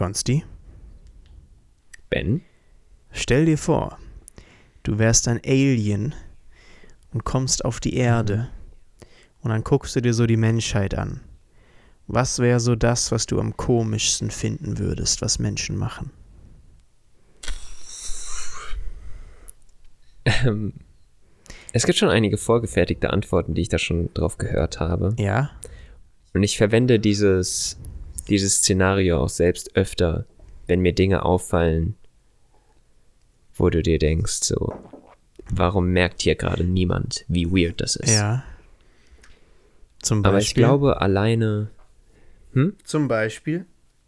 Konsti, Ben? stell dir vor, du wärst ein Alien und kommst auf die Erde und dann guckst du dir so die Menschheit an. Was wäre so das, was du am komischsten finden würdest, was Menschen machen? Es gibt schon einige vorgefertigte Antworten, die ich da schon drauf gehört habe. Ja? Und ich verwende dieses Szenario auch selbst öfter, wenn mir Dinge auffallen, wo du dir denkst, so, warum merkt hier gerade niemand, wie weird das ist? Ja. Zum Beispiel? Aber ich glaube, alleine... Zum Beispiel?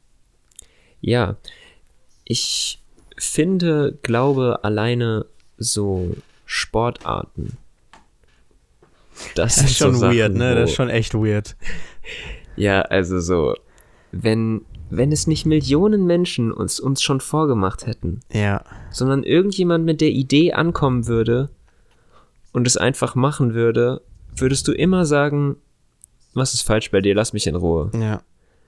Ja, ich glaube, alleine so Sportarten. Das ist schon so weird, Sachen, ne? Das ist schon echt weird. Ja, also so, wenn es nicht Millionen Menschen uns schon vorgemacht hätten, Ja. sondern irgendjemand mit der Idee ankommen würde und es einfach machen würde, würdest du immer sagen, was ist falsch bei dir, lass mich in Ruhe. Ja.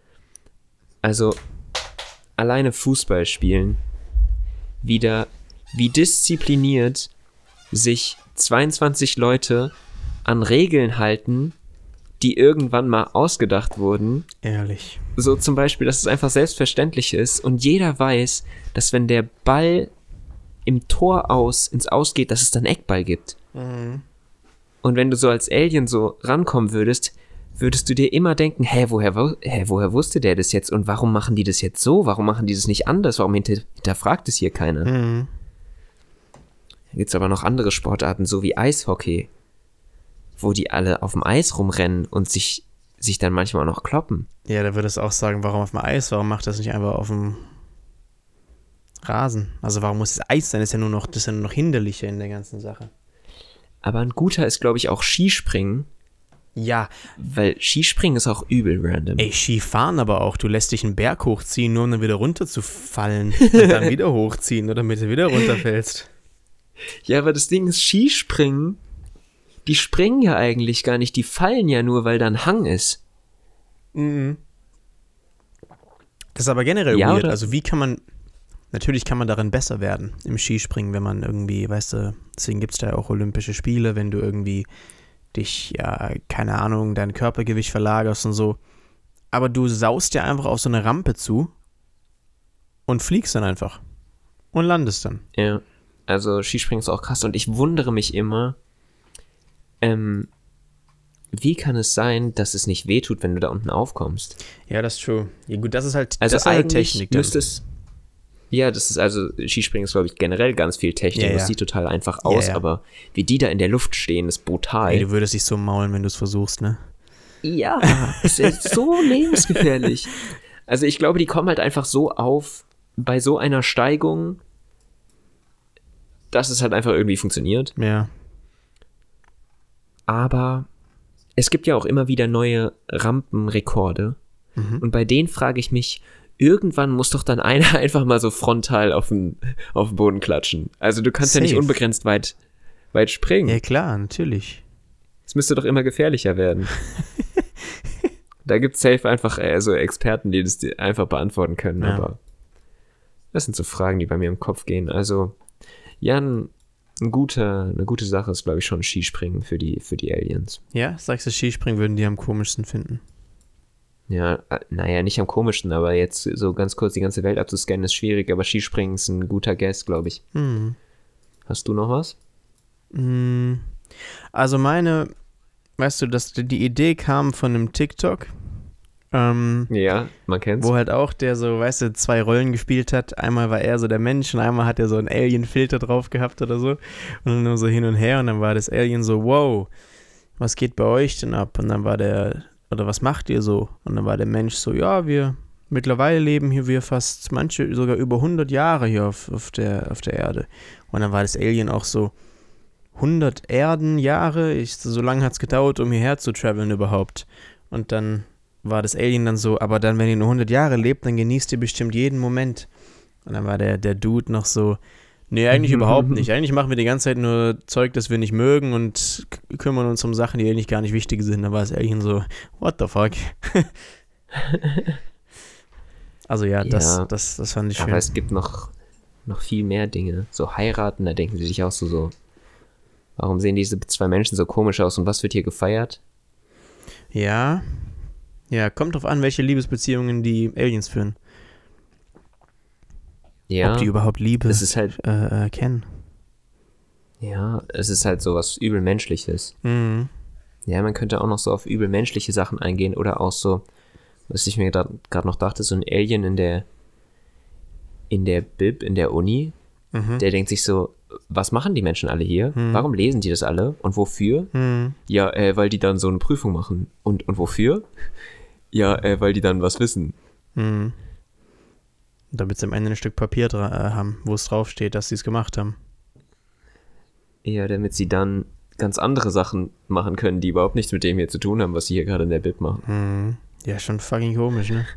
Also, alleine Fußball spielen, wie diszipliniert sich 22 Leute an Regeln halten, die irgendwann mal ausgedacht wurden. Ehrlich. So zum Beispiel, dass es einfach selbstverständlich ist und jeder weiß, dass wenn der Ball im Tor ins Aus geht, dass es dann Eckball gibt. Mhm. Und wenn du so als Alien so rankommen würdest du dir immer denken, woher wusste der das jetzt und warum machen die das jetzt so? Warum machen die das nicht anders? Warum hinterfragt es hier keiner? Mhm. Da gibt es aber noch andere Sportarten, so wie Eishockey, wo die alle auf dem Eis rumrennen und sich dann manchmal auch noch kloppen. Ja, da würde es auch sagen, warum auf dem Eis? Warum macht das nicht einfach auf dem Rasen? Also warum muss es Eis sein? Das ist ja nur noch hinderlicher in der ganzen Sache. Aber ein guter ist, glaube ich, auch Skispringen. Ja. Weil Skispringen ist auch übel random. Ey, Skifahren aber auch. Du lässt dich einen Berg hochziehen, nur um dann wieder runterzufallen. Und dann wieder hochziehen, oder damit du wieder runterfällst. Ja, aber das Ding ist, Skispringen, die springen ja eigentlich gar nicht. Die fallen ja nur, weil da ein Hang ist. Mhm. Das ist aber generell Ja, weird. oder? Also natürlich kann man darin besser werden im Skispringen, wenn man irgendwie, weißt du, deswegen gibt es da ja auch Olympische Spiele, wenn du irgendwie dich, ja, keine Ahnung, dein Körpergewicht verlagerst und so. Aber du saust ja einfach auf so eine Rampe zu und fliegst dann einfach und landest dann. Ja, also Skispringen ist auch krass und ich wundere mich immer, wie kann es sein, dass es nicht wehtut, wenn du da unten aufkommst? Ja, das ist true. Ja gut, das ist halt, Also das ist halt eigentlich Technik dann. müsste es... Ja, das ist also, Skispringen ist, glaube ich, generell ganz viel Technik. Ja, ja. Das sieht total einfach aus, Ja. aber wie die da in der Luft stehen, ist brutal. Ey, du würdest dich so maulen, wenn du es versuchst, ne? Ja, es ist so lebensgefährlich. Also ich glaube, die kommen halt einfach so auf, bei so einer Steigung, dass es halt einfach irgendwie funktioniert. Ja. Aber es gibt ja auch immer wieder neue Rampenrekorde. Mhm. Und bei denen frage ich mich, irgendwann muss doch dann einer einfach mal so frontal auf den Boden klatschen. Also du kannst ja nicht Safe. unbegrenzt weit springen. Ja, klar, natürlich. Es müsste doch immer gefährlicher werden. Da gibt es safe einfach so Experten, die das einfach beantworten können. Ja. Aber das sind so Fragen, die bei mir im Kopf gehen. Also ja, eine gute Sache ist, glaube ich, schon Skispringen für die Aliens. Ja, sagst du, Skispringen würden die am komischsten finden. Ja, naja, nicht am komischsten, aber jetzt so ganz kurz die ganze Welt abzuscannen ist schwierig, aber Skispringen ist ein guter Guess, glaube ich. Mhm. Hast du noch was? Also weißt du, dass die Idee kam von einem TikTok, Ja, man kennt's. wo halt auch der so, weißt du, 2 Rollen gespielt hat. Einmal war er so der Mensch und einmal hat er so einen Alien-Filter drauf gehabt oder so. Und dann nur so hin und her und dann war das Alien so, wow, was geht bei euch denn ab? Und dann war oder was macht ihr so? Und dann war der Mensch so, ja, mittlerweile leben hier wir fast, manche sogar über 100 Jahre hier auf der Erde. Und dann war das Alien auch so, 100 Erdenjahre, so lange hat es gedauert, um hierher zu traveln überhaupt. Und dann war das Alien dann so, aber dann, wenn ihr nur 100 Jahre lebt, dann genießt ihr bestimmt jeden Moment. Und dann war der Dude noch so, nee, eigentlich überhaupt nicht. Eigentlich machen wir die ganze Zeit nur Zeug, das wir nicht mögen und kümmern uns um Sachen, die eigentlich gar nicht wichtig sind. Dann war das Alien so, what the fuck? Also ja, Ja, das fand ich schön. aber es gibt noch viel mehr Dinge. So heiraten, da denken sie sich auch so, warum sehen diese zwei Menschen so komisch aus und was wird hier gefeiert? Ja. Ja, kommt drauf an, welche Liebesbeziehungen die Aliens führen. Ja, Ob die überhaupt Liebe es ist halt, kennen. ja, es ist halt so was übelmenschliches. Mhm. Ja, man könnte auch noch so auf übelmenschliche Sachen eingehen oder auch so, was ich mir gerade noch dachte, so ein Alien in der Bib, in der Uni, Mhm. der denkt sich so, was machen die Menschen alle hier? Warum lesen die das alle? Und wofür? Mhm. Ja, weil die dann so eine Prüfung machen. Und wofür? Ja, weil die dann was wissen. Mhm. Damit sie am Ende ein Stück Papier haben, wo es draufsteht, dass sie es gemacht haben. Ja, damit sie dann ganz andere Sachen machen können, die überhaupt nichts mit dem hier zu tun haben, was sie hier gerade in der Bib machen. Mhm. Ja, schon fucking komisch, ne?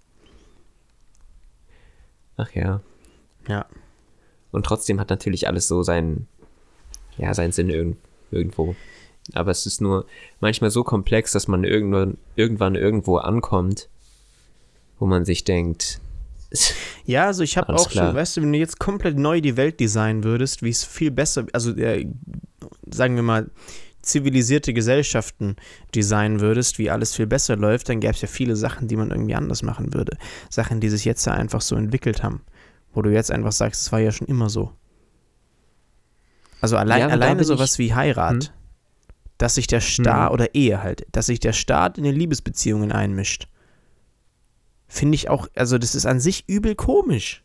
Ach ja. Ja. Und trotzdem hat natürlich alles so seinen Sinn irgendwo. Aber es ist nur manchmal so komplex, dass man irgendwann irgendwo ankommt, wo man sich denkt, Ja, also ich habe Alles auch klar. schon, weißt du, wenn du jetzt komplett neu die Welt designen würdest, wie es viel besser, also sagen wir mal, zivilisierte Gesellschaften designen würdest, wie alles viel besser läuft, dann gäbe es ja viele Sachen, die man irgendwie anders machen würde. Sachen, die sich jetzt ja einfach so entwickelt haben. Wo du jetzt einfach sagst, es war ja schon immer so. Also Ja, und da alleine bin sowas wie Heirat, dass sich der Staat, oder Ehe halt, dass sich der Staat in den Liebesbeziehungen einmischt. Finde ich auch, also das ist an sich übel komisch.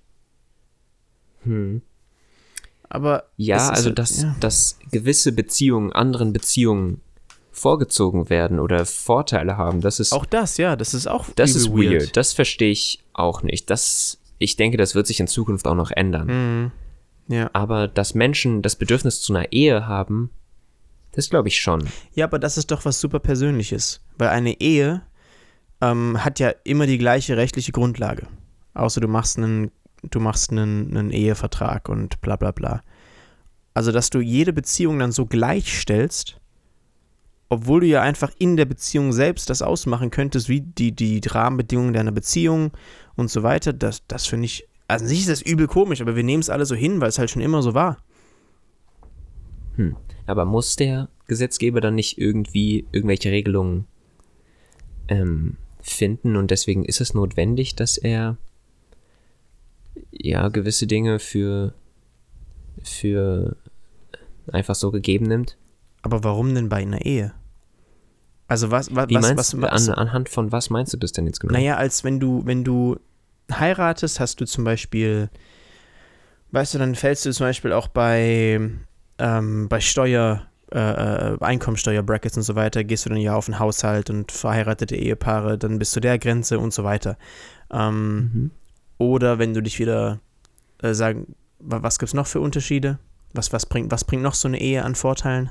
Aber ja, es ist also halt- dass gewisse Beziehungen anderen Beziehungen vorgezogen werden oder Vorteile haben, das ist auch das, ja, das ist auch das übel ist weird. Das verstehe ich auch nicht. Ich denke, das wird sich in Zukunft auch noch ändern. Mhm. Ja. Aber dass Menschen das Bedürfnis zu einer Ehe haben, das glaube ich schon. Ja, aber das ist doch was super Persönliches. Weil eine Ehe hat ja immer die gleiche rechtliche Grundlage. Außer du machst einen Ehevertrag und bla bla bla. Also, dass du jede Beziehung dann so gleichstellst, obwohl du ja einfach in der Beziehung selbst das ausmachen könntest, wie die Rahmenbedingungen deiner Beziehung und so weiter, das finde ich, also an sich ist das übel komisch, aber wir nehmen es alle so hin, weil es halt schon immer so war. Aber muss der Gesetzgeber dann nicht irgendwie irgendwelche Regelungen finden und deswegen ist es notwendig, dass er ja gewisse Dinge für einfach so gegeben nimmt? Aber warum denn bei einer Ehe? Also Anhand von was meinst du das denn jetzt genau? Naja, als wenn du heiratest, hast du zum Beispiel, weißt du, dann fällst du zum Beispiel auch bei Steuer, Einkommensteuer-Brackets und so weiter, gehst du dann ja auf den Haushalt und verheiratete Ehepaare, dann bis zu der Grenze und so weiter. Oder wenn du dich wieder sagen, was gibt's noch für Unterschiede? Was bringt noch so eine Ehe an Vorteilen?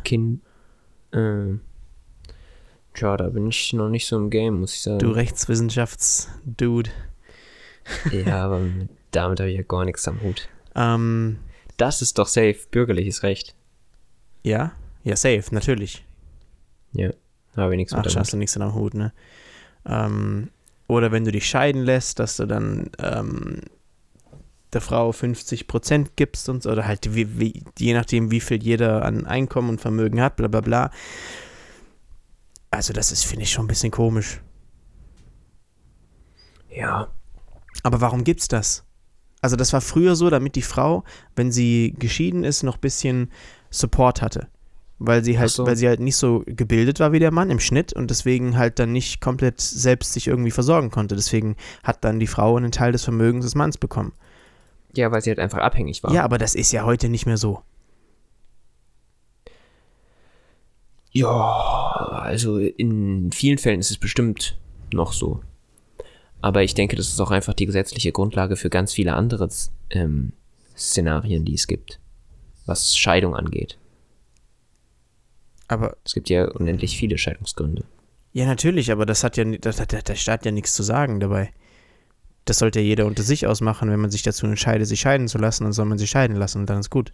Tja, da bin ich noch nicht so im Game, muss ich sagen. Du Rechtswissenschafts-Dude. Ja, aber damit habe ich ja gar nichts am Hut. Ähm, Das ist doch safe, bürgerliches Recht. ja, safe, natürlich. Ja, habe ich nichts mit Ach, am hast du nichts in am Hut, ne? Oder wenn du dich scheiden lässt, dass du dann der Frau 50% gibst und so, oder halt je nachdem, wie viel jeder an Einkommen und Vermögen hat, bla bla bla. Also das ist, finde ich, schon ein bisschen komisch. Ja. Aber warum gibt's das? Also das war früher so, damit die Frau, wenn sie geschieden ist, noch ein bisschen Support hatte. Weil sie halt, Ach so. weil sie halt nicht so gebildet war wie der Mann im Schnitt und deswegen halt dann nicht komplett selbst sich irgendwie versorgen konnte. Deswegen hat dann die Frau einen Teil des Vermögens des Manns bekommen. Ja, weil sie halt einfach abhängig war. Ja, aber das ist ja heute nicht mehr so. Ja, also in vielen Fällen ist es bestimmt noch so. Aber ich denke, das ist auch einfach die gesetzliche Grundlage für ganz viele andere Szenarien, die es gibt, was Scheidung angeht. Aber Es gibt ja unendlich viele Scheidungsgründe. ja, natürlich, aber das hat der Staat ja nichts zu sagen dabei. Das sollte ja jeder unter sich ausmachen, wenn man sich dazu entscheidet, sich scheiden zu lassen, dann soll man sich scheiden lassen und dann ist gut.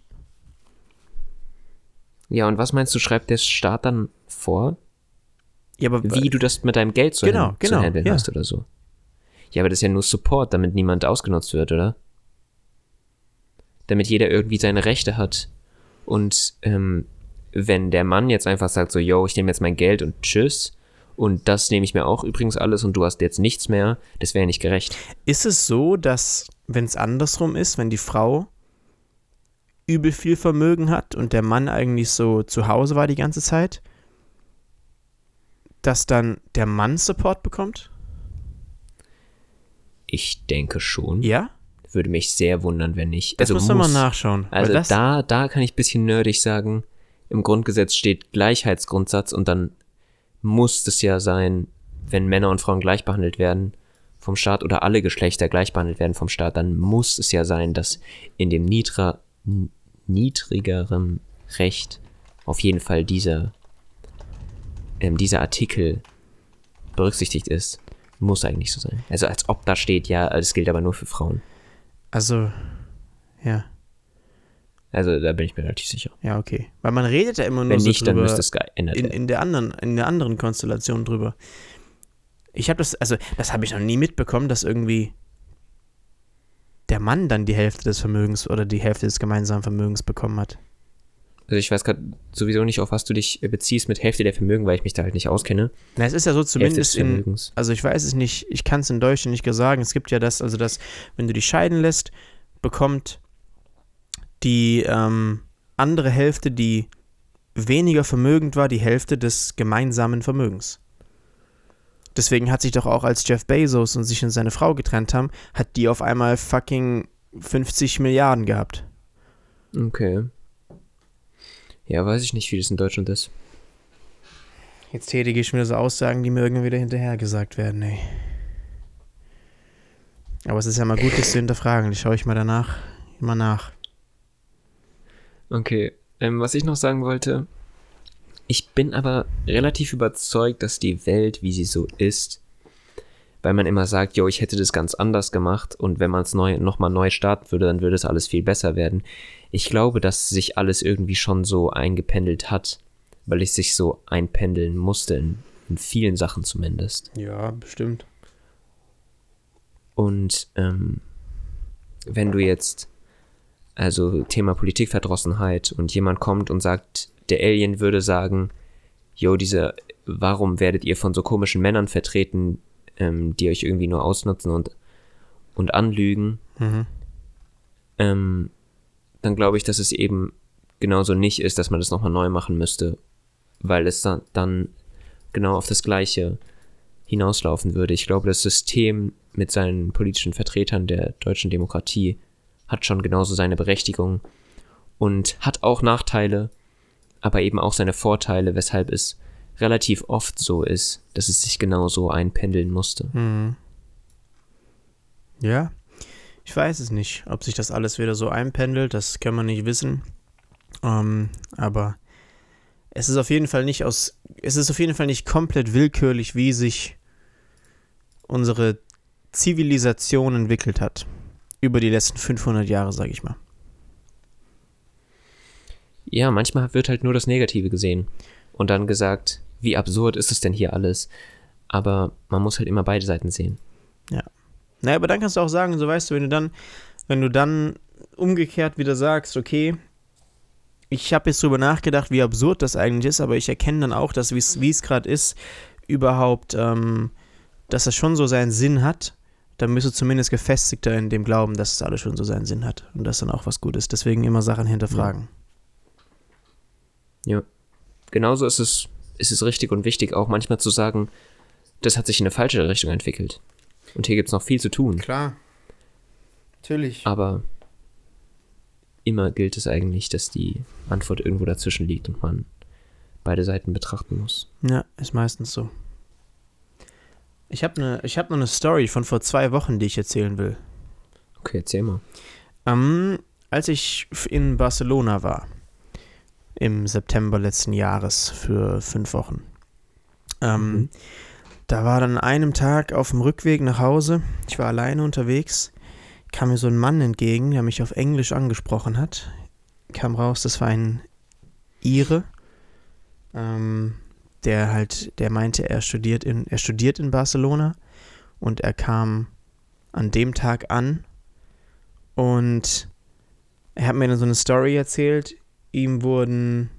Ja, und was meinst du, schreibt der Staat dann vor, Ja, aber wie du das mit deinem Geld zu Genau, handeln ja. hast oder so? Ja, aber das ist ja nur Support, damit niemand ausgenutzt wird, oder? Damit jeder irgendwie seine Rechte hat. Und wenn der Mann jetzt einfach sagt so, yo, ich nehme jetzt mein Geld und tschüss, und das nehme ich mir auch übrigens alles und du hast jetzt nichts mehr, das wäre ja nicht gerecht. Ist es so, dass, wenn es andersrum ist, wenn die Frau übel viel Vermögen hat und der Mann eigentlich so zu Hause war die ganze Zeit, dass dann der Mann Support bekommt? Ich denke schon. Ja? Würde mich sehr wundern, wenn nicht. Das muss man mal nachschauen. Also das, da kann ich ein bisschen nerdig sagen, im Grundgesetz steht Gleichheitsgrundsatz und dann muss es ja sein, wenn Männer und Frauen gleich behandelt werden vom Staat oder alle Geschlechter gleich behandelt werden vom Staat, dann muss es ja sein, dass in dem niedrigeren Recht auf jeden Fall dieser Artikel berücksichtigt ist. Muss eigentlich so sein. Also als ob da steht, ja, das gilt aber nur für Frauen. Also, ja. Also da bin ich mir relativ sicher. Ja, okay. Weil man redet ja immer nur Wenn so nicht, drüber, dann müsste es geändert werden. in der anderen Konstellation drüber. Ich habe das habe ich noch nie mitbekommen, dass irgendwie der Mann dann die Hälfte des Vermögens oder die Hälfte des gemeinsamen Vermögens bekommen hat. Also ich weiß gerade sowieso nicht, auf was du dich beziehst mit Hälfte der Vermögen, weil ich mich da halt nicht auskenne. Na, es ist ja so zumindest Hälfte des Vermögens. also ich weiß es nicht, ich kann es in Deutschland nicht sagen. Es gibt ja das, wenn du dich scheiden lässt, bekommt die andere Hälfte, die weniger vermögend war, die Hälfte des gemeinsamen Vermögens. Deswegen hat sich doch auch, als Jeff Bezos und sich und seine Frau getrennt haben, hat die auf einmal fucking 50 Milliarden gehabt. Okay. Ja, weiß ich nicht, wie das in Deutschland ist. Jetzt tätige ich mir so Aussagen, die mir irgendwie wieder hinterher gesagt werden, ey. Aber es ist ja mal gut, das zu hinterfragen. Die schaue ich mal danach immer nach. Okay, was ich noch sagen wollte, ich bin aber relativ überzeugt, dass die Welt, wie sie so ist, weil man immer sagt, yo, ich hätte das ganz anders gemacht und wenn man es nochmal neu starten würde, dann würde es alles viel besser werden. Ich glaube, dass sich alles irgendwie schon so eingependelt hat, weil es sich so einpendeln musste, in vielen Sachen zumindest. Ja, bestimmt. Und wenn du jetzt, also Thema Politikverdrossenheit und jemand kommt und sagt, der Alien würde sagen, yo, warum werdet ihr von so komischen Männern vertreten, die euch irgendwie nur ausnutzen und anlügen, dann glaube ich, dass es eben genauso nicht ist, dass man das nochmal neu machen müsste, weil es dann genau auf das Gleiche hinauslaufen würde. Ich glaube, das System mit seinen politischen Vertretern der deutschen Demokratie hat schon genauso seine Berechtigung und hat auch Nachteile, aber eben auch seine Vorteile, weshalb es relativ oft so ist, dass es sich genauso einpendeln musste. Ja, ich weiß es nicht, ob sich das alles wieder so einpendelt, das kann man nicht wissen. Aber es ist auf jeden Fall nicht komplett willkürlich, wie sich unsere Zivilisation entwickelt hat. Über die letzten 500 Jahre, sage ich mal. Ja, manchmal wird halt nur das Negative gesehen und dann gesagt, wie absurd ist es denn hier alles? Aber man muss halt immer beide Seiten sehen. Ja. Naja, aber dann kannst du auch sagen, so weißt du, wenn du dann umgekehrt wieder sagst, okay, ich habe jetzt drüber nachgedacht, wie absurd das eigentlich ist, aber ich erkenne dann auch, dass wie es gerade ist, überhaupt, dass das schon so seinen Sinn hat, dann bist du zumindest gefestigter in dem Glauben, dass es alles schon so seinen Sinn hat und dass dann auch was gut ist. Deswegen immer Sachen hinterfragen. Ja. Genauso ist es richtig und wichtig, auch manchmal zu sagen, das hat sich in eine falsche Richtung entwickelt. Und hier gibt es noch viel zu tun. Klar. Natürlich. Aber immer gilt es eigentlich, dass die Antwort irgendwo dazwischen liegt und man beide Seiten betrachten muss. Ja, ist meistens so. Ich hab noch eine Story von vor 2 Wochen, die ich erzählen will. Okay, erzähl mal. Als ich in Barcelona war, im September letzten Jahres für 5 Wochen, da war dann an einem Tag auf dem Rückweg nach Hause, ich war alleine unterwegs, kam mir so ein Mann entgegen, der mich auf Englisch angesprochen hat. Kam raus, das war ein Ire, der meinte, er studiert in Barcelona und er kam an dem Tag an und er hat mir dann so eine Story erzählt. Ihm wurden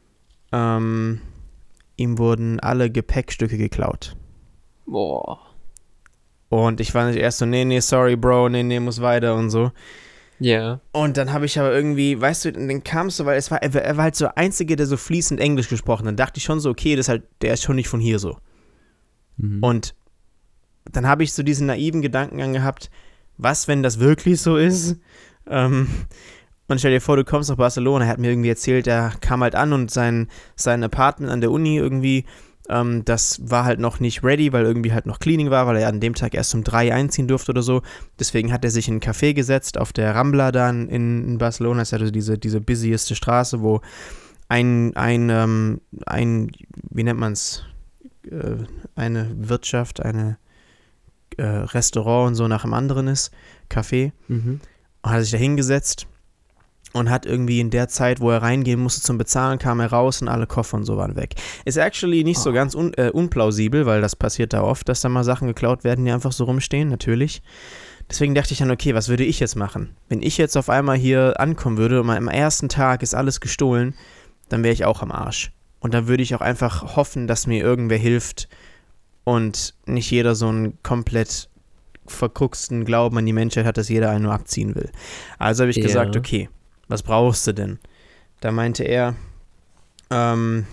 alle Gepäckstücke geklaut. Boah. Und ich war nicht erst so, nee, sorry, Bro, nee, muss weiter und so. Ja. Und dann habe ich aber irgendwie, weißt du, dann kam es so, weil er war halt so der Einzige, der so fließend Englisch gesprochen hat. Dann dachte ich schon so, okay, der ist schon nicht von hier so. Mhm. Und dann habe ich so diesen naiven Gedankengang gehabt, was, wenn das wirklich so ist? Und stell dir vor, du kommst nach Barcelona, er hat mir irgendwie erzählt, er kam halt an und sein Apartment an der Uni irgendwie, das war halt noch nicht ready, weil irgendwie halt noch Cleaning war, weil er an dem Tag erst um 3 einziehen durfte oder so. Deswegen hat er sich in ein Café gesetzt auf der Rambla da in Barcelona. Das ist ja also diese busieste Straße, wo ein wie nennt man's, eine Wirtschaft, eine Restaurant und so nach dem anderen ist, Café. Mhm. Und hat sich da hingesetzt und hat irgendwie in der Zeit, wo er reingehen musste zum Bezahlen, kam er raus und alle Koffer und so waren weg. Ist actually nicht so ganz unplausibel, weil das passiert da oft, dass da mal Sachen geklaut werden, die einfach so rumstehen, natürlich. Deswegen dachte ich dann, okay, was würde ich jetzt machen? Wenn ich jetzt auf einmal hier ankommen würde und am ersten Tag ist alles gestohlen, dann wäre ich auch am Arsch. Und dann würde ich auch einfach hoffen, dass mir irgendwer hilft und nicht jeder so einen komplett verkruxten Glauben an die Menschheit hat, dass jeder einen nur abziehen will. Also habe ich gesagt, okay, was brauchst du denn? Da meinte er, kann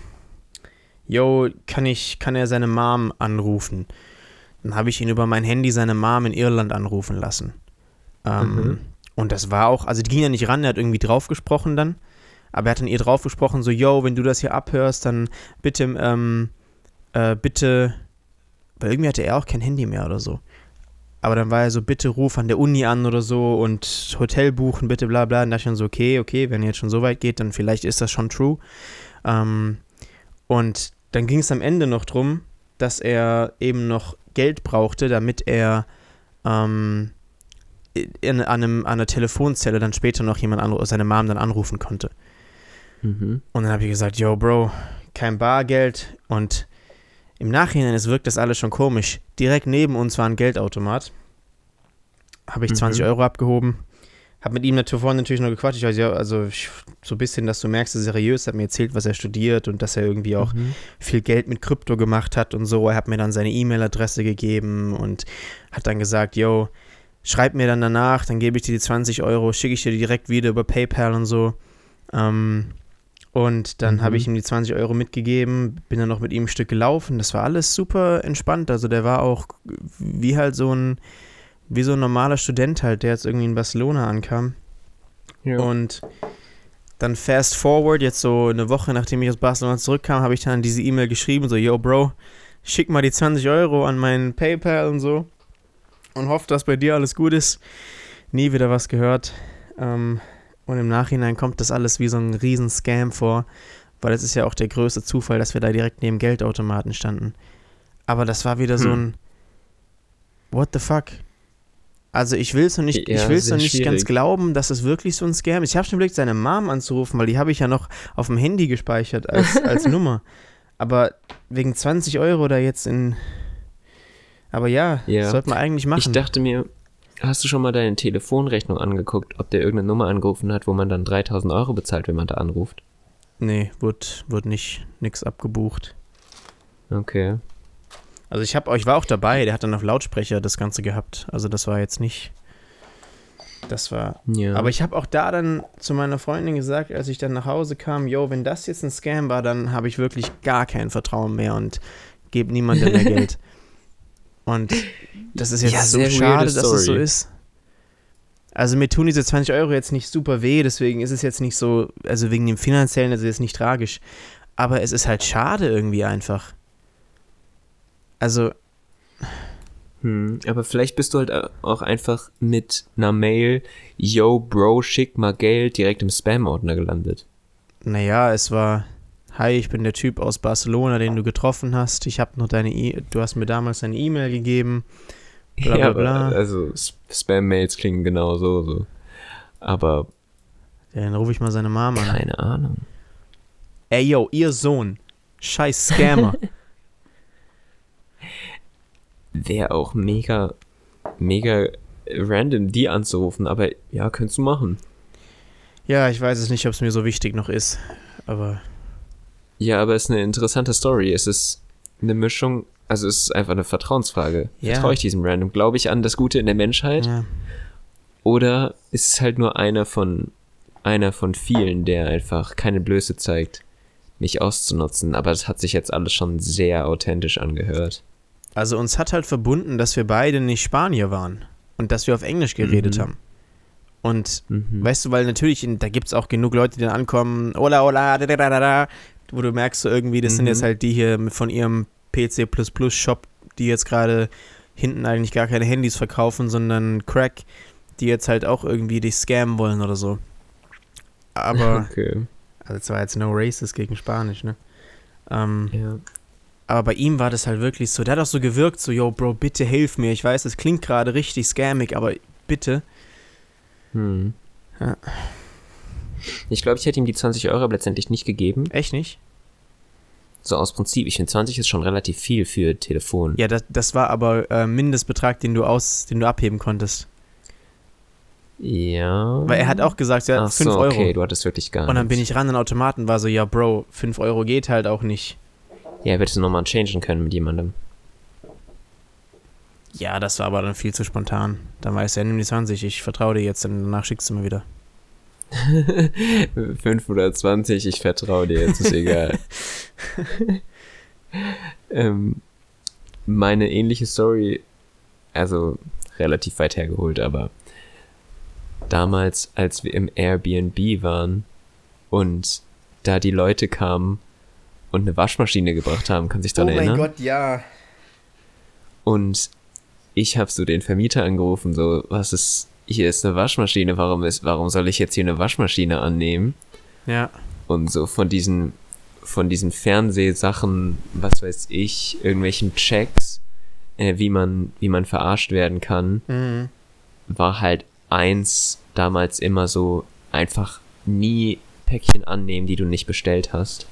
er seine Mom anrufen? Dann habe ich ihn über mein Handy seine Mom in Irland anrufen lassen. Und das war auch, also die ging ja nicht ran, er hat irgendwie drauf gesprochen dann, aber er hat dann ihr drauf gesprochen, so, wenn du das hier abhörst, dann bitte, weil irgendwie hatte er auch kein Handy mehr oder so. Aber dann war er so, bitte ruf an der Uni an oder so und Hotel buchen, bitte bla bla. Und da dachte ich dann so, okay, wenn ihr jetzt schon so weit geht, dann vielleicht ist das schon true. Und dann ging es am Ende noch drum, dass er eben noch Geld brauchte, damit er an einer Telefonzelle dann später noch seine Mom dann anrufen konnte. Mhm. Und dann habe ich gesagt, Bro, kein Bargeld. Und im Nachhinein, es wirkt das alles schon komisch. Direkt neben uns war ein Geldautomat. Habe ich 20 Euro abgehoben. Habe mit ihm natürlich noch gequatscht. Ich weiß ja, also so ein bisschen, dass du merkst, er ist seriös. Hat mir erzählt, was er studiert und dass er irgendwie auch viel Geld mit Krypto gemacht hat und so. Er hat mir dann seine E-Mail-Adresse gegeben und hat dann gesagt, schreib mir dann danach, dann gebe ich dir die 20 Euro, schicke ich dir direkt wieder über PayPal und so. Und dann habe ich ihm die 20 Euro mitgegeben, bin dann noch mit ihm ein Stück gelaufen. Das war alles super entspannt. Also der war auch wie so ein normaler Student halt, der jetzt irgendwie in Barcelona ankam. Ja. Und dann fast forward, jetzt so eine Woche, nachdem ich aus Barcelona zurückkam, habe ich dann diese E-Mail geschrieben, so, Bro, schick mal die 20 Euro an meinen PayPal und so und hoffe, dass bei dir alles gut ist. Nie wieder was gehört. Und im Nachhinein kommt das alles wie so ein riesen Scam vor, weil es ist ja auch der größte Zufall, dass wir da direkt neben Geldautomaten standen. Aber das war wieder so ein What the fuck? Also ich will es noch nicht, ganz glauben, dass es wirklich so ein Scam ist. Ich habe schon überlegt, seine Mom anzurufen, weil die habe ich ja noch auf dem Handy gespeichert als Nummer. Aber wegen 20 Euro da jetzt Aber sollte man eigentlich machen. Ich dachte mir, hast du schon mal deine Telefonrechnung angeguckt, ob der irgendeine Nummer angerufen hat, wo man dann 3.000 Euro bezahlt, wenn man da anruft? Nee, wird nix abgebucht. Okay. Also ich war auch dabei, der hat dann auf Lautsprecher das Ganze gehabt. Also das war jetzt nicht... Aber ich habe auch da dann zu meiner Freundin gesagt, als ich dann nach Hause kam, wenn das jetzt ein Scam war, dann habe ich wirklich gar kein Vertrauen mehr und gebe niemandem mehr Geld. Und das ist jetzt so schade, dass es so ist. Also mir tun diese 20 Euro jetzt nicht super weh, deswegen ist es jetzt nicht so, also wegen dem Finanziellen, also ist es nicht tragisch. Aber es ist halt schade irgendwie einfach. Also. Aber vielleicht bist du halt auch einfach mit einer Mail, Bro, schick mal Geld, direkt im Spam-Ordner gelandet. Naja, es war, hi, ich bin der Typ aus Barcelona, den du getroffen hast. Ich habe noch du hast mir damals deine E-Mail gegeben. Bla, bla, bla. Also Spam-Mails klingen genau so. Aber. Ja, dann rufe ich mal seine Mama an. Keine Ahnung. Ey, ihr Sohn. Scheiß Scammer. Wäre auch mega, mega random die anzurufen, aber ja, könntest du machen. Ja, ich weiß es nicht, ob es mir so wichtig noch ist, aber... Ja, aber es ist eine interessante Story. Es ist eine Mischung, also es ist einfach eine Vertrauensfrage. Ja. Vertraue ich diesem Random? Glaube ich an das Gute in der Menschheit? Ja. Oder ist es halt nur einer von vielen, der einfach keine Blöße zeigt, mich auszunutzen? Aber das hat sich jetzt alles schon sehr authentisch angehört. Also uns hat halt verbunden, dass wir beide nicht Spanier waren und dass wir auf Englisch geredet haben. Und weißt du, weil natürlich, da gibt es auch genug Leute, die dann ankommen, hola, hola, da, da, da, da, wo du merkst so irgendwie, das sind jetzt halt die hier von ihrem PC++-Shop, die jetzt gerade hinten eigentlich gar keine Handys verkaufen, sondern Crack, die jetzt halt auch irgendwie dich scammen wollen oder so. Aber, Okay. also es war jetzt no racist gegen Spanisch, ne? Ja. Aber bei ihm war das halt wirklich so, der hat auch so gewirkt, so, yo, Bro, bitte hilf mir. Ich weiß, das klingt gerade richtig scammig, aber bitte. Ja. Ich glaube, ich hätte ihm die 20 Euro aber letztendlich nicht gegeben. Echt nicht? So aus Prinzip. Ich finde 20 ist schon relativ viel für Telefon. Ja, das war aber Mindestbetrag, den du abheben konntest. Ja. Weil er hat auch gesagt, ja, 5 so, Euro. Okay, du hattest wirklich gar Und dann nichts. bin ich ran an den Automaten, war so, ja, Bro, 5 Euro geht halt auch nicht. Ja, hättest du nochmal changen können mit jemandem. Ja, das war aber dann viel zu spontan. Dann weiß er, nimm die 20, ich vertraue dir jetzt, und danach schickst du mir wieder. 5 oder 20, ich vertraue dir, jetzt ist egal. Meine ähnliche Story, also relativ weit hergeholt, aber damals, als wir im Airbnb waren und da die Leute kamen und eine Waschmaschine gebracht haben, kann sich daran erinnern? Oh mein Gott, ja. Und ich habe so den Vermieter angerufen, so, hier ist eine Waschmaschine, warum soll ich jetzt hier eine Waschmaschine annehmen? Ja. Und so von diesen Fernsehsachen, was weiß ich, irgendwelchen Checks, wie man verarscht werden kann, war halt eins damals immer so, einfach nie Päckchen annehmen, die du nicht bestellt hast.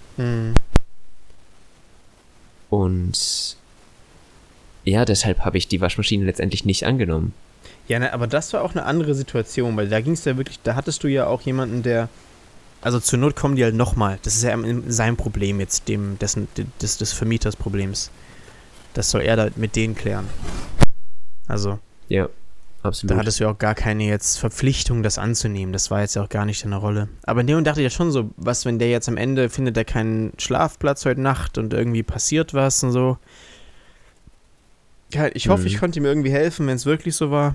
Und ja, deshalb habe ich die Waschmaschine letztendlich nicht angenommen. Ja, ne, aber das war auch eine andere Situation, weil da ging es ja wirklich, da hattest du ja auch jemanden, der, also zur Not kommen die halt nochmal. Das ist ja sein Problem jetzt, des Vermieters Problems. Das soll er da mit denen klären. Also, Ja, absolut. da hattest du ja auch gar keine jetzt Verpflichtung, das anzunehmen. Das war jetzt ja auch gar nicht deine Rolle. Aber in dem Moment dachte ich ja schon so, was, wenn der jetzt am Ende findet er keinen Schlafplatz heute Nacht und irgendwie passiert was und so. Ja, ich hoffe, ich konnte ihm irgendwie helfen, wenn es wirklich so war.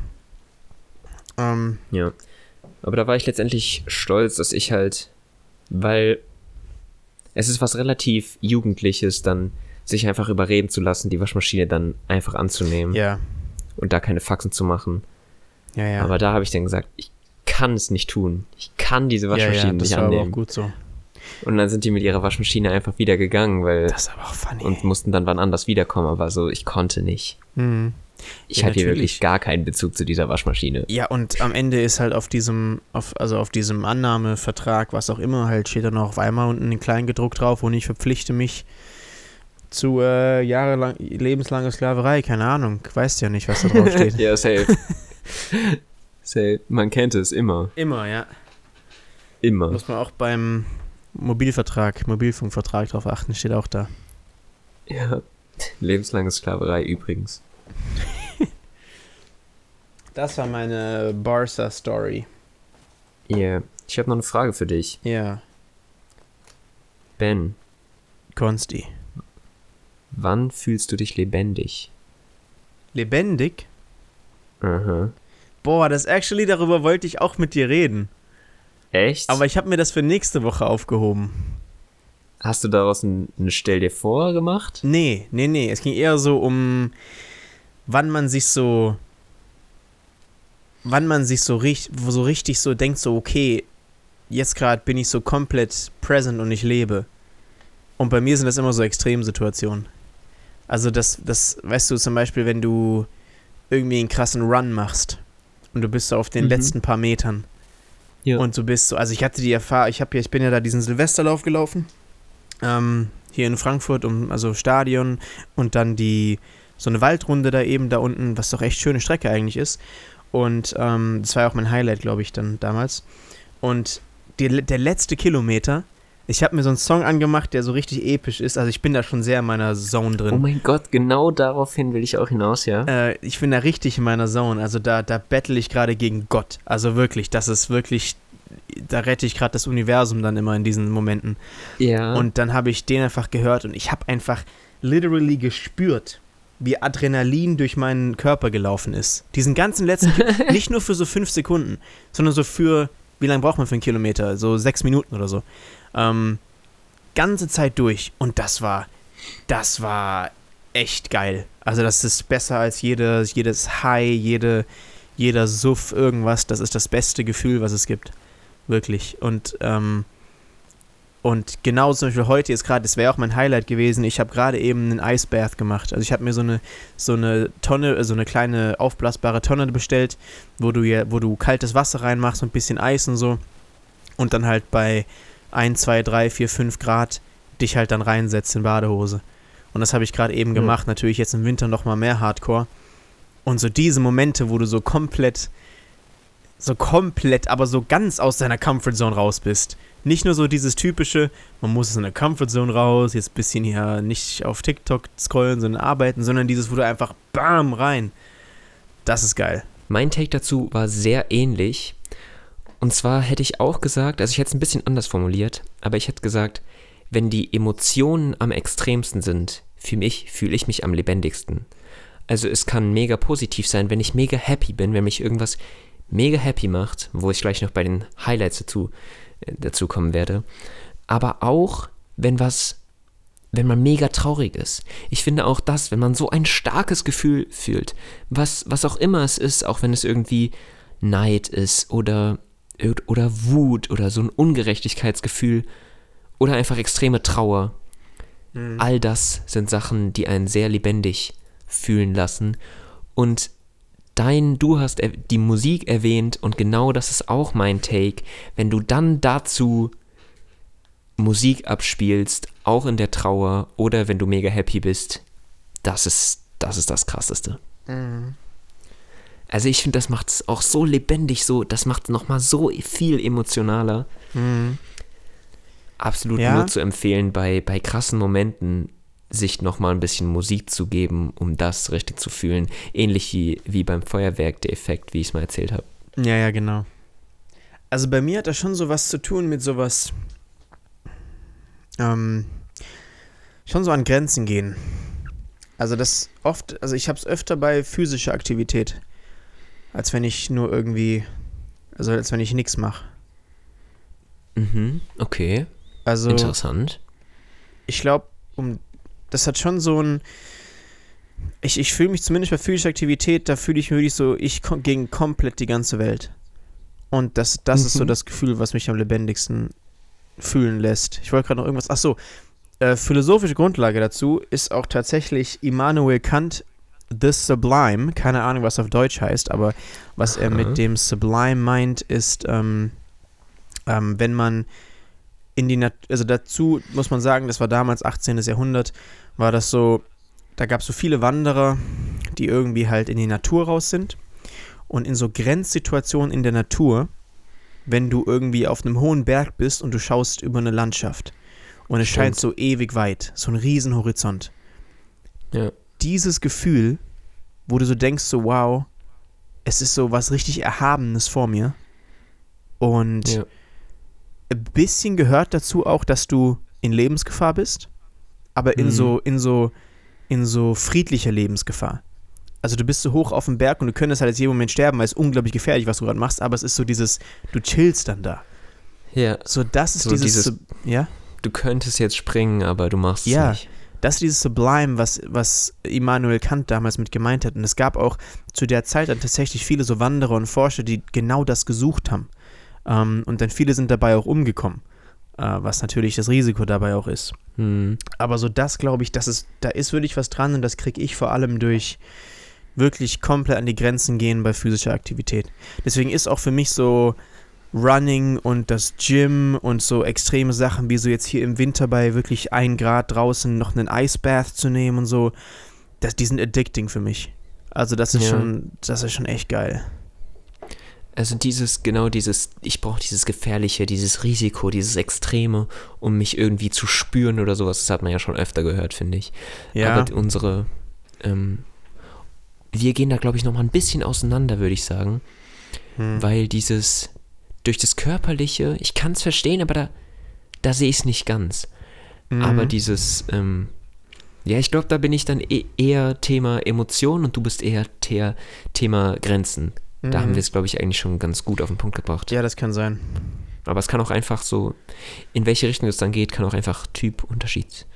Ja. Aber da war ich letztendlich stolz, dass ich halt, weil es ist was relativ Jugendliches, dann sich einfach überreden zu lassen, die Waschmaschine dann einfach anzunehmen. Ja. Und da keine Faxen zu machen. Ja, ja. Aber da habe ich dann gesagt, ich kann es nicht tun. Ich kann diese Waschmaschine das nicht war annehmen. aber auch gut so. Und dann sind die mit ihrer Waschmaschine einfach wieder gegangen, weil Das ist aber auch funny. und mussten dann wann anders wiederkommen, aber so, ich konnte nicht. Ich Ja, hatte hier natürlich. wirklich gar keinen Bezug zu dieser Waschmaschine. Ja, und am Ende ist halt auf diesem Annahmevertrag, was auch immer, halt steht dann noch auf einmal unten in klein gedruckt drauf und ich verpflichte mich zu jahrelang lebenslange Sklaverei, keine Ahnung, weißt ja nicht, was da drauf steht. Ja, safe. Safe. Man kennt es immer. Immer, ja. Immer. Muss man auch beim Mobilfunkvertrag drauf achten, steht auch da. Ja. Lebenslange Sklaverei übrigens. Das war meine Barca-Story. Ja. Yeah. Ich habe noch eine Frage für dich. Ja, Ben, Konsti. wann fühlst du dich lebendig? Lebendig? Aha. Boah, darüber wollte ich auch mit dir reden. Echt? Aber ich habe mir das für nächste Woche aufgehoben. Hast du daraus ein Stell dir vor gemacht? Nee. Es ging eher so um, wann man sich so richtig so denkt, so okay, jetzt gerade bin ich so komplett present und ich lebe. Und bei mir sind das immer so Extremsituationen. Also das, weißt du, zum Beispiel, wenn du irgendwie einen krassen Run machst und du bist so auf den letzten paar Metern. Ja. Und du bist so, also ich hatte die Erfahrung, ich bin ja da diesen Silvesterlauf gelaufen, hier in Frankfurt, also Stadion und dann so eine Waldrunde da eben da unten, was doch echt schöne Strecke eigentlich ist. Und das war ja auch mein Highlight, glaube ich, dann damals. Und der letzte Kilometer, ich habe mir so einen Song angemacht, der so richtig episch ist. Also ich bin da schon sehr in meiner Zone drin. Oh mein Gott, genau daraufhin will ich auch hinaus, ja. Ich bin da richtig in meiner Zone. Also da battle ich gerade gegen Gott. Also wirklich, das ist wirklich, da rette ich gerade das Universum dann immer in diesen Momenten. Ja. Und dann habe ich den einfach gehört und ich habe einfach literally gespürt, wie Adrenalin durch meinen Körper gelaufen ist. Diesen ganzen letzten, nicht nur für so 5 Sekunden, sondern so für, wie lange braucht man für einen Kilometer? So 6 Minuten oder so. Ganze Zeit durch. Und das war echt geil. Also das ist besser als jedes High, jeder Suff, irgendwas. Das ist das beste Gefühl, was es gibt. Wirklich. Und genau zum Beispiel heute ist gerade, das wäre auch mein Highlight gewesen, ich habe gerade eben einen Ice Bath gemacht. Also ich habe mir so eine Tonne, so eine kleine aufblasbare Tonne bestellt, wo du kaltes Wasser reinmachst und ein bisschen Eis und so. Und dann halt bei 1, 2, 3, 4, 5 Grad dich halt dann reinsetzt in Badehose. Und das habe ich gerade eben gemacht, natürlich jetzt im Winter noch mal mehr Hardcore. Und so diese Momente, wo du so komplett, aber so ganz aus deiner Comfortzone raus bist. Nicht nur so dieses typische, man muss aus einer Comfortzone raus, jetzt ein bisschen hier nicht auf TikTok scrollen, sondern arbeiten, sondern dieses, wo du einfach bam rein. Das ist geil. Mein Take dazu war sehr ähnlich. Und zwar hätte ich auch gesagt, also ich hätte es ein bisschen anders formuliert, aber ich hätte gesagt, wenn die Emotionen am extremsten sind, fühle ich mich am lebendigsten. Also es kann mega positiv sein, wenn ich mega happy bin, wenn mich irgendwas mega happy macht, wo ich gleich noch bei den Highlights dazu kommen werde. Aber auch, wenn man mega traurig ist. Ich finde auch das, wenn man so ein starkes Gefühl fühlt, was auch immer es ist, auch wenn es irgendwie Neid ist oder Wut oder so ein Ungerechtigkeitsgefühl oder einfach extreme Trauer. All das sind Sachen, die einen sehr lebendig fühlen lassen. Und du hast die Musik erwähnt und genau das ist auch mein Take. Wenn du dann dazu Musik abspielst, auch in der Trauer oder wenn du mega happy bist, das ist das Krasseste. Also ich finde, das macht es auch so lebendig, das macht es nochmal so viel emotionaler. Absolut nur zu empfehlen, bei krassen Momenten sich nochmal ein bisschen Musik zu geben, um das richtig zu fühlen. Ähnlich wie beim Feuerwerk, der Effekt, wie ich es mal erzählt habe. Ja, genau. Also bei mir hat das schon sowas zu tun mit sowas, schon so an Grenzen gehen. Also ich habe es öfter bei physischer Aktivität, als wenn ich nur irgendwie, also als wenn ich nichts mache. Okay. Also interessant. Ich glaube, das hat schon so ein, ich fühle mich zumindest bei physischer Aktivität, da fühle ich mich wirklich so, gegen komplett die ganze Welt. Und das ist so das Gefühl, was mich am lebendigsten fühlen lässt. Ich wollte gerade noch irgendwas, philosophische Grundlage dazu ist auch tatsächlich Immanuel Kant, The Sublime, keine Ahnung, was auf Deutsch heißt, aber was er mit dem Sublime meint, ist, wenn man in die also dazu muss man sagen, das war damals 18. Jahrhundert, war das so, da gab es so viele Wanderer, die irgendwie halt in die Natur raus sind und in so Grenzsituationen in der Natur, wenn du irgendwie auf einem hohen Berg bist und du schaust über eine Landschaft und es scheint so ewig weit, so ein riesen Horizont. Ja. Dieses Gefühl, wo du so denkst, so wow, es ist so was richtig Erhabenes vor mir und ein bisschen gehört dazu auch, dass du in Lebensgefahr bist, aber in so friedlicher Lebensgefahr. Also du bist so hoch auf dem Berg und du könntest halt jetzt jeden Moment sterben, weil es unglaublich gefährlich, was du gerade machst, aber es ist so dieses, du chillst dann da. Ja. So das ist so dieses ja? Du könntest jetzt springen, aber du machst es nicht. Ja, das ist dieses Sublime, was Immanuel Kant damals mit gemeint hat. Und es gab auch zu der Zeit dann tatsächlich viele so Wanderer und Forscher, die genau das gesucht haben. Und dann viele sind dabei auch umgekommen, was natürlich das Risiko dabei auch ist. Aber so das, glaube ich, da ist wirklich was dran und das kriege ich vor allem durch wirklich komplett an die Grenzen gehen bei physischer Aktivität. Deswegen ist auch für mich so Running und das Gym und so extreme Sachen wie so jetzt hier im Winter bei wirklich 1 Grad draußen noch einen Ice Bath zu nehmen und so, die sind addicting für mich. Also das ist schon echt geil. Also ich brauche dieses Gefährliche, dieses Risiko, dieses Extreme, um mich irgendwie zu spüren oder sowas. Das hat man ja schon öfter gehört, finde ich. Ja. Aber wir gehen da, glaube ich, nochmal ein bisschen auseinander, würde ich sagen. Weil durch das Körperliche, ich kann es verstehen, aber da sehe ich es nicht ganz. Aber ich glaube, da bin ich dann eher Thema Emotionen und du bist eher Thema Grenzen. Da haben wir es, glaube ich, eigentlich schon ganz gut auf den Punkt gebracht. Ja, das kann sein. Aber es kann auch einfach so, in welche Richtung es dann geht, kann auch einfach unterschiedlich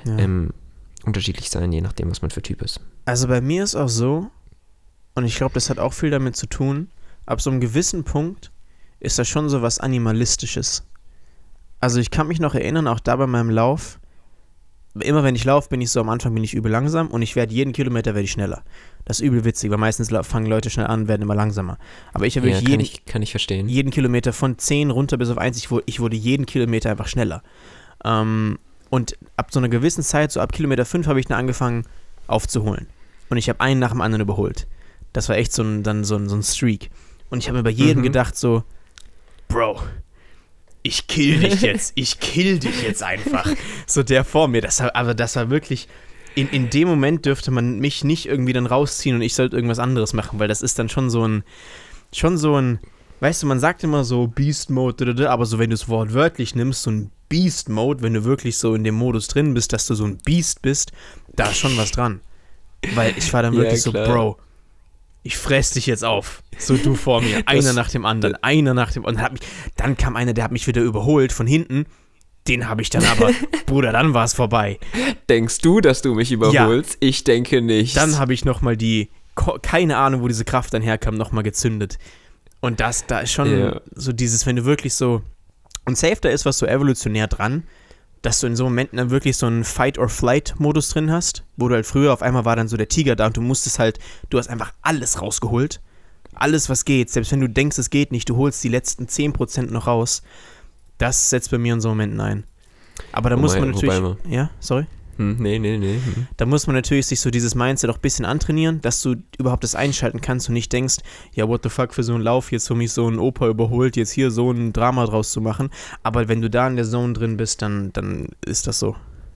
sein, je nachdem, was man für Typ ist. Also bei mir ist auch so, und ich glaube, das hat auch viel damit zu tun, ab so einem gewissen Punkt ist das schon so was Animalistisches. Also ich kann mich noch erinnern, auch da bei meinem Lauf, immer wenn ich laufe, bin ich so, am Anfang bin ich übel langsam und ich werde jeden Kilometer schneller. Das ist übel witzig, weil meistens fangen Leute schnell an, werden immer langsamer. Aber ich habe kann ich verstehen. Jeden Kilometer von 10 runter bis auf 1, ich wurde jeden Kilometer einfach schneller. Und ab so einer gewissen Zeit, so ab Kilometer 5, habe ich dann angefangen aufzuholen. Und ich habe einen nach dem anderen überholt. Das war echt so ein Streak. Und ich habe mir bei jedem gedacht so, Bro, ich kill dich jetzt einfach. So der vor mir, das war wirklich, in dem Moment dürfte man mich nicht irgendwie dann rausziehen und ich sollte irgendwas anderes machen, weil das ist dann schon so ein, weißt du, man sagt immer so Beast Mode, aber so wenn du es wortwörtlich nimmst, so ein Beast Mode, wenn du wirklich so in dem Modus drin bist, dass du so ein Beast bist, da ist schon was dran. Weil ich war dann wirklich so, Bro, ich fress dich jetzt auf. So du vor mir. Einer nach dem anderen. Und dann kam einer, der hat mich wieder überholt von hinten. Den habe ich dann aber, Bruder, dann war es vorbei. Denkst du, dass du mich überholst? Ja. Ich denke nicht. Dann habe ich nochmal keine Ahnung, wo diese Kraft dann herkam, nochmal gezündet. Und da ist schon so dieses, wenn du wirklich so, und safe, da ist was so evolutionär dran, dass du in so Momenten dann wirklich so einen Fight-or-Flight-Modus drin hast, wo du halt früher auf einmal war dann so der Tiger da und du hast einfach alles rausgeholt. Alles, was geht. Selbst wenn du denkst, es geht nicht, du holst die letzten 10% noch raus. Das setzt bei mir in so Momenten ein. Aber da muss man natürlich... Ja, sorry? Nee. Da muss man natürlich sich so dieses Mindset auch ein bisschen antrainieren, dass du überhaupt das einschalten kannst und nicht denkst, ja, what the fuck für so einen Lauf, jetzt wo mich so ein Opa überholt, jetzt hier so ein Drama draus zu machen. Aber wenn du da in der Zone drin bist, dann ist das so.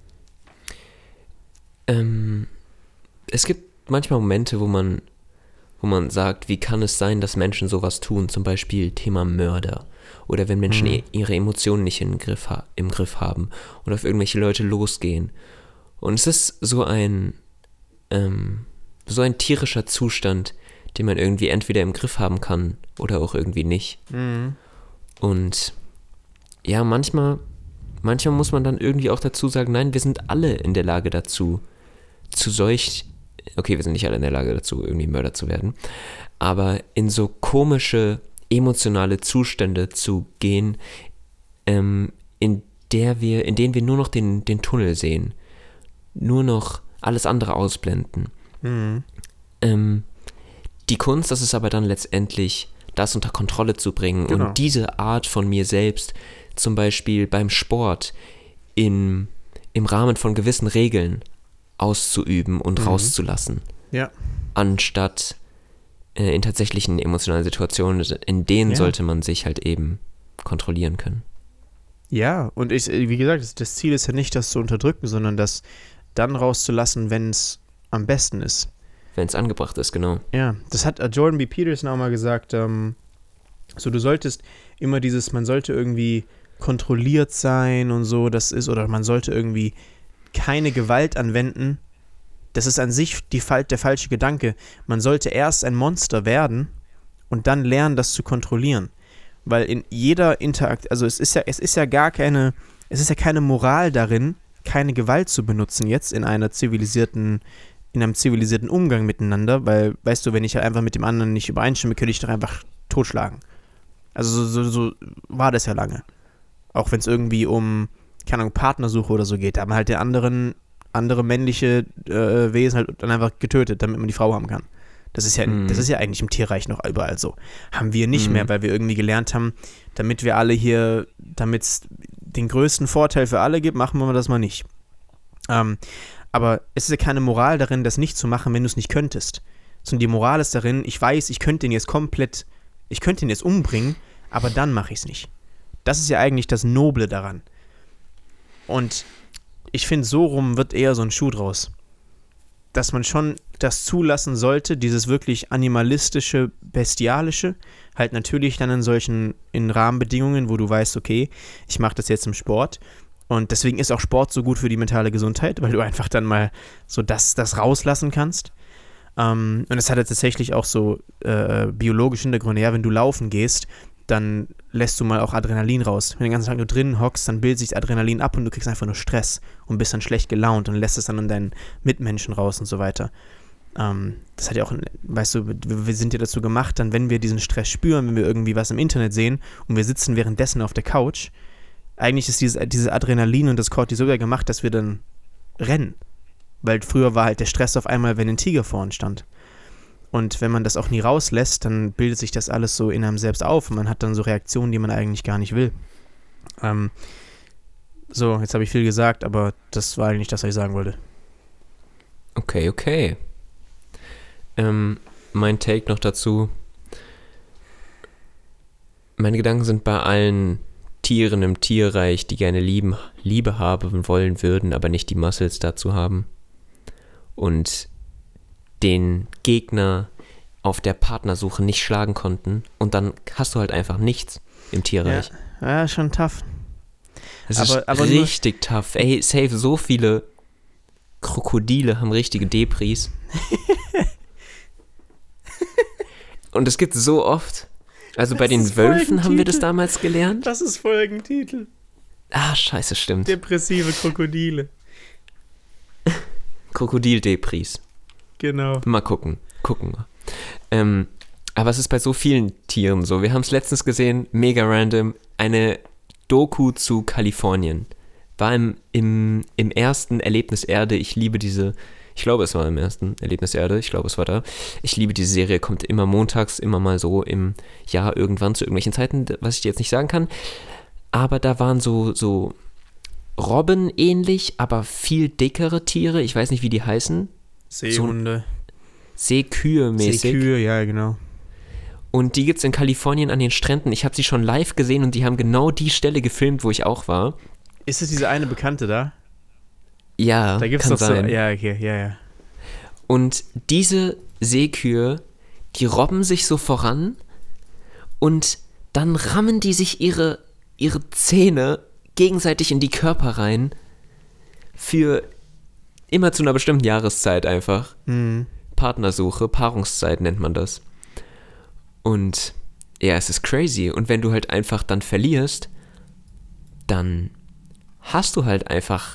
Es gibt manchmal Momente, wo man sagt, wie kann es sein, dass Menschen sowas tun? Zum Beispiel Thema Mörder. Oder wenn Menschen ihre Emotionen nicht im Griff haben und auf irgendwelche Leute losgehen. Und es ist so ein tierischer Zustand, den man irgendwie entweder im Griff haben kann oder auch irgendwie nicht. Und ja, manchmal muss man dann irgendwie auch dazu sagen, nein, wir sind alle in der Lage dazu, okay, wir sind nicht alle in der Lage dazu, irgendwie Mörder zu werden, aber in so komische emotionale Zustände zu gehen, in denen wir nur noch den Tunnel sehen, nur noch alles andere ausblenden. Die Kunst, das ist aber dann letztendlich, das unter Kontrolle zu bringen und diese Art von mir selbst, zum Beispiel beim Sport, im Rahmen von gewissen Regeln auszuüben und rauszulassen. Ja. Anstatt in tatsächlichen emotionalen Situationen, in denen sollte man sich halt eben kontrollieren können. Ja, und wie gesagt, das Ziel ist ja nicht, das zu unterdrücken, sondern das dann rauszulassen, wenn es am besten ist. Wenn es angebracht ist, genau. Ja, das hat Jordan B. Peterson auch mal gesagt, so du solltest immer man sollte irgendwie kontrolliert sein und so, oder man sollte irgendwie keine Gewalt anwenden. Das ist an sich der falsche Gedanke. Man sollte erst ein Monster werden und dann lernen, das zu kontrollieren. Weil in jeder Interaktion, also es ist ja keine Moral darin, keine Gewalt zu benutzen jetzt in einem zivilisierten Umgang miteinander, weil, weißt du, wenn ich halt einfach mit dem anderen nicht übereinstimme, könnte ich doch einfach totschlagen. Also so war das ja lange. Auch wenn es irgendwie um, keine Ahnung, Partnersuche oder so geht, da haben halt andere männliche Wesen halt dann einfach getötet, damit man die Frau haben kann. Das ist ja eigentlich im Tierreich noch überall so. Haben wir nicht mehr, weil wir irgendwie gelernt haben, damit wir alle hier, damit es den größten Vorteil für alle gibt, machen wir das mal nicht. Aber es ist ja keine Moral darin, das nicht zu machen, wenn du es nicht könntest. Sondern die Moral ist darin, ich weiß, ich könnte den jetzt komplett Ich könnte ihn jetzt umbringen, aber dann mache ich es nicht. Das ist ja eigentlich das Noble daran. Und ich finde, so rum wird eher so ein Schuh draus. Dass man schon das zulassen sollte, dieses wirklich animalistische, bestialische, halt natürlich dann in Rahmenbedingungen, wo du weißt, okay, ich mache das jetzt im Sport. Und deswegen ist auch Sport so gut für die mentale Gesundheit, weil du einfach dann mal so das rauslassen kannst. Und es hat ja tatsächlich auch so biologische Hintergründe. Ja, wenn du laufen gehst, dann lässt du mal auch Adrenalin raus. Wenn du den ganzen Tag nur drinnen hockst, dann bildet sich Adrenalin ab und du kriegst einfach nur Stress und bist dann schlecht gelaunt und lässt es dann an deinen Mitmenschen raus und so weiter. Das hat ja auch, weißt du, wir sind ja dazu gemacht, dann, wenn wir diesen Stress spüren, wenn wir irgendwie was im Internet sehen und wir sitzen währenddessen auf der Couch, eigentlich ist dieses Adrenalin und das Cortisol ja gemacht, dass wir dann rennen. Weil früher war halt der Stress auf einmal, wenn ein Tiger vor uns stand. Und wenn man das auch nie rauslässt, dann bildet sich das alles so in einem selbst auf und man hat dann so Reaktionen, die man eigentlich gar nicht will. So, jetzt habe ich viel gesagt, aber das war eigentlich das, was ich sagen wollte. Okay. Mein Take noch dazu. Meine Gedanken sind bei allen Tieren im Tierreich, die gerne Liebe haben wollen würden, aber nicht die Muscles dazu haben. Und den Gegner auf der Partnersuche nicht schlagen konnten und dann hast du halt einfach nichts im Tierreich. Ja, schon tough. Es ist richtig tough. Ey, safe, so viele Krokodile haben richtige Depris. Und es gibt so oft, also bei den Wölfen haben wir das damals gelernt. Das ist Folgentitel. Ah, scheiße, stimmt. Depressive Krokodile. Krokodil-Depris. Genau. Mal gucken. Aber es ist bei so vielen Tieren so. Wir haben es letztens gesehen, mega random, eine Doku zu Kalifornien. War im ersten Erlebnis Erde. Ich glaube, es war im ersten Erlebnis Erde. Ich glaube, es war da. Ich liebe diese Serie, kommt immer montags, immer mal so im Jahr irgendwann zu irgendwelchen Zeiten, was ich dir jetzt nicht sagen kann. Aber da waren so Robben ähnlich, aber viel dickere Tiere. Ich weiß nicht, wie die heißen. Seehunde. Seekühe-mäßig. Seekühe, ja, genau. Und die gibt's in Kalifornien an den Stränden. Ich habe sie schon live gesehen und die haben genau die Stelle gefilmt, wo ich auch war. Ist es diese eine Bekannte da? Ja, da gibt's kann doch sein. So, ja, okay, ja. Und diese Seekühe, die robben sich so voran und dann rammen die sich ihre Zähne gegenseitig in die Körper rein für immer zu einer bestimmten Jahreszeit einfach. Mhm. Partnersuche, Paarungszeit nennt man das. Und ja, es ist crazy. Und wenn du halt einfach dann verlierst, dann hast du halt einfach,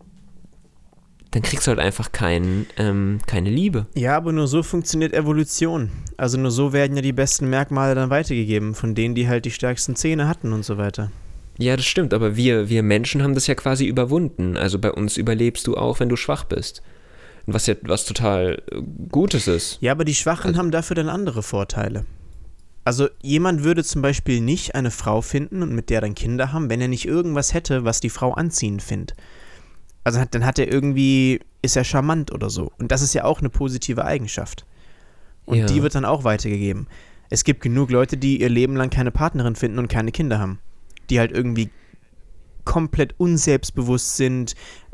dann kriegst du halt einfach keine Liebe. Ja, aber nur so funktioniert Evolution. Also nur so werden ja die besten Merkmale dann weitergegeben, von denen, die halt die stärksten Zähne hatten und so weiter. Ja, das stimmt, aber wir Menschen haben das ja quasi überwunden. Also bei uns überlebst du auch, wenn du schwach bist. Was total Gutes ist. Ja, aber die Schwachen haben dafür dann andere Vorteile. Also jemand würde zum Beispiel nicht eine Frau finden und mit der dann Kinder haben, wenn er nicht irgendwas hätte, was die Frau anziehend findet. Also dann ist er charmant oder so. Und das ist ja auch eine positive Eigenschaft. Und die wird dann auch weitergegeben. Es gibt genug Leute, die ihr Leben lang keine Partnerin finden und keine Kinder haben. Die halt irgendwie komplett unselbstbewusst sind,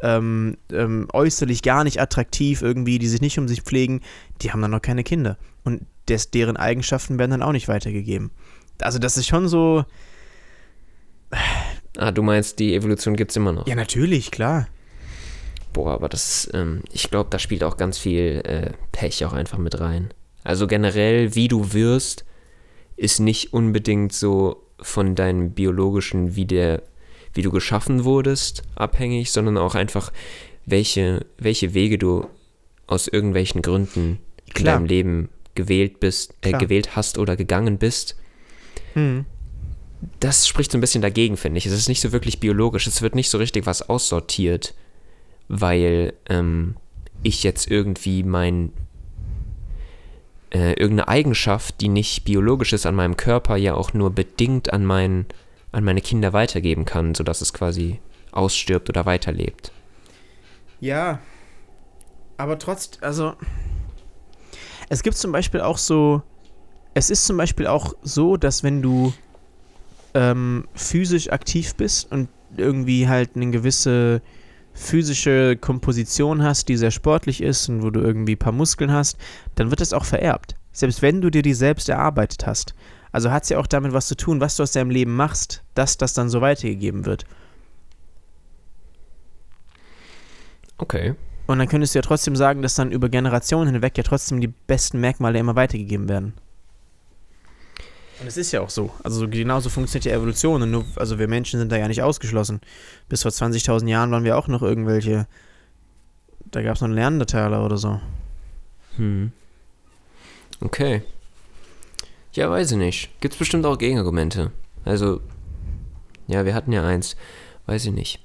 äußerlich gar nicht attraktiv irgendwie, die sich nicht um sich pflegen, die haben dann noch keine Kinder. Und deren Eigenschaften werden dann auch nicht weitergegeben. Also das ist schon so... Du meinst, die Evolution gibt's immer noch? Ja, natürlich, klar. Boah, aber das ist, ich glaube, da spielt auch ganz viel Pech auch einfach mit rein. Also generell, wie du wirst, ist nicht unbedingt so von deinem biologischen, wie du geschaffen wurdest, abhängig, sondern auch einfach, welche Wege du aus irgendwelchen Gründen in deinem Leben gewählt hast oder gegangen bist. Mhm. Das spricht so ein bisschen dagegen, finde ich. Es ist nicht so wirklich biologisch. Es wird nicht so richtig was aussortiert, weil ich jetzt irgendwie irgendeine Eigenschaft, die nicht biologisch ist an meinem Körper, ja auch nur bedingt an meine Kinder weitergeben kann, sodass es quasi ausstirbt oder weiterlebt. Ja, aber trotzdem, also es gibt zum Beispiel auch so es ist zum Beispiel auch so, dass wenn du physisch aktiv bist und irgendwie halt eine gewisse physische Komposition hast, die sehr sportlich ist und wo du irgendwie ein paar Muskeln hast, dann wird das auch vererbt. Selbst wenn du dir die selbst erarbeitet hast. Also hat es ja auch damit was zu tun, was du aus deinem Leben machst, dass das dann so weitergegeben wird. Okay. Und dann könntest du ja trotzdem sagen, dass dann über Generationen hinweg ja trotzdem die besten Merkmale immer weitergegeben werden. Und es ist ja auch so. Also genauso funktioniert die Evolution. Und nur, also wir Menschen sind da ja nicht ausgeschlossen. Bis vor 20.000 Jahren waren wir auch noch irgendwelche. Da gab es noch einen Neandertaler oder so. Okay. Ja, weiß ich nicht. Gibt's bestimmt auch Gegenargumente. Also, ja, wir hatten ja eins. Weiß ich nicht.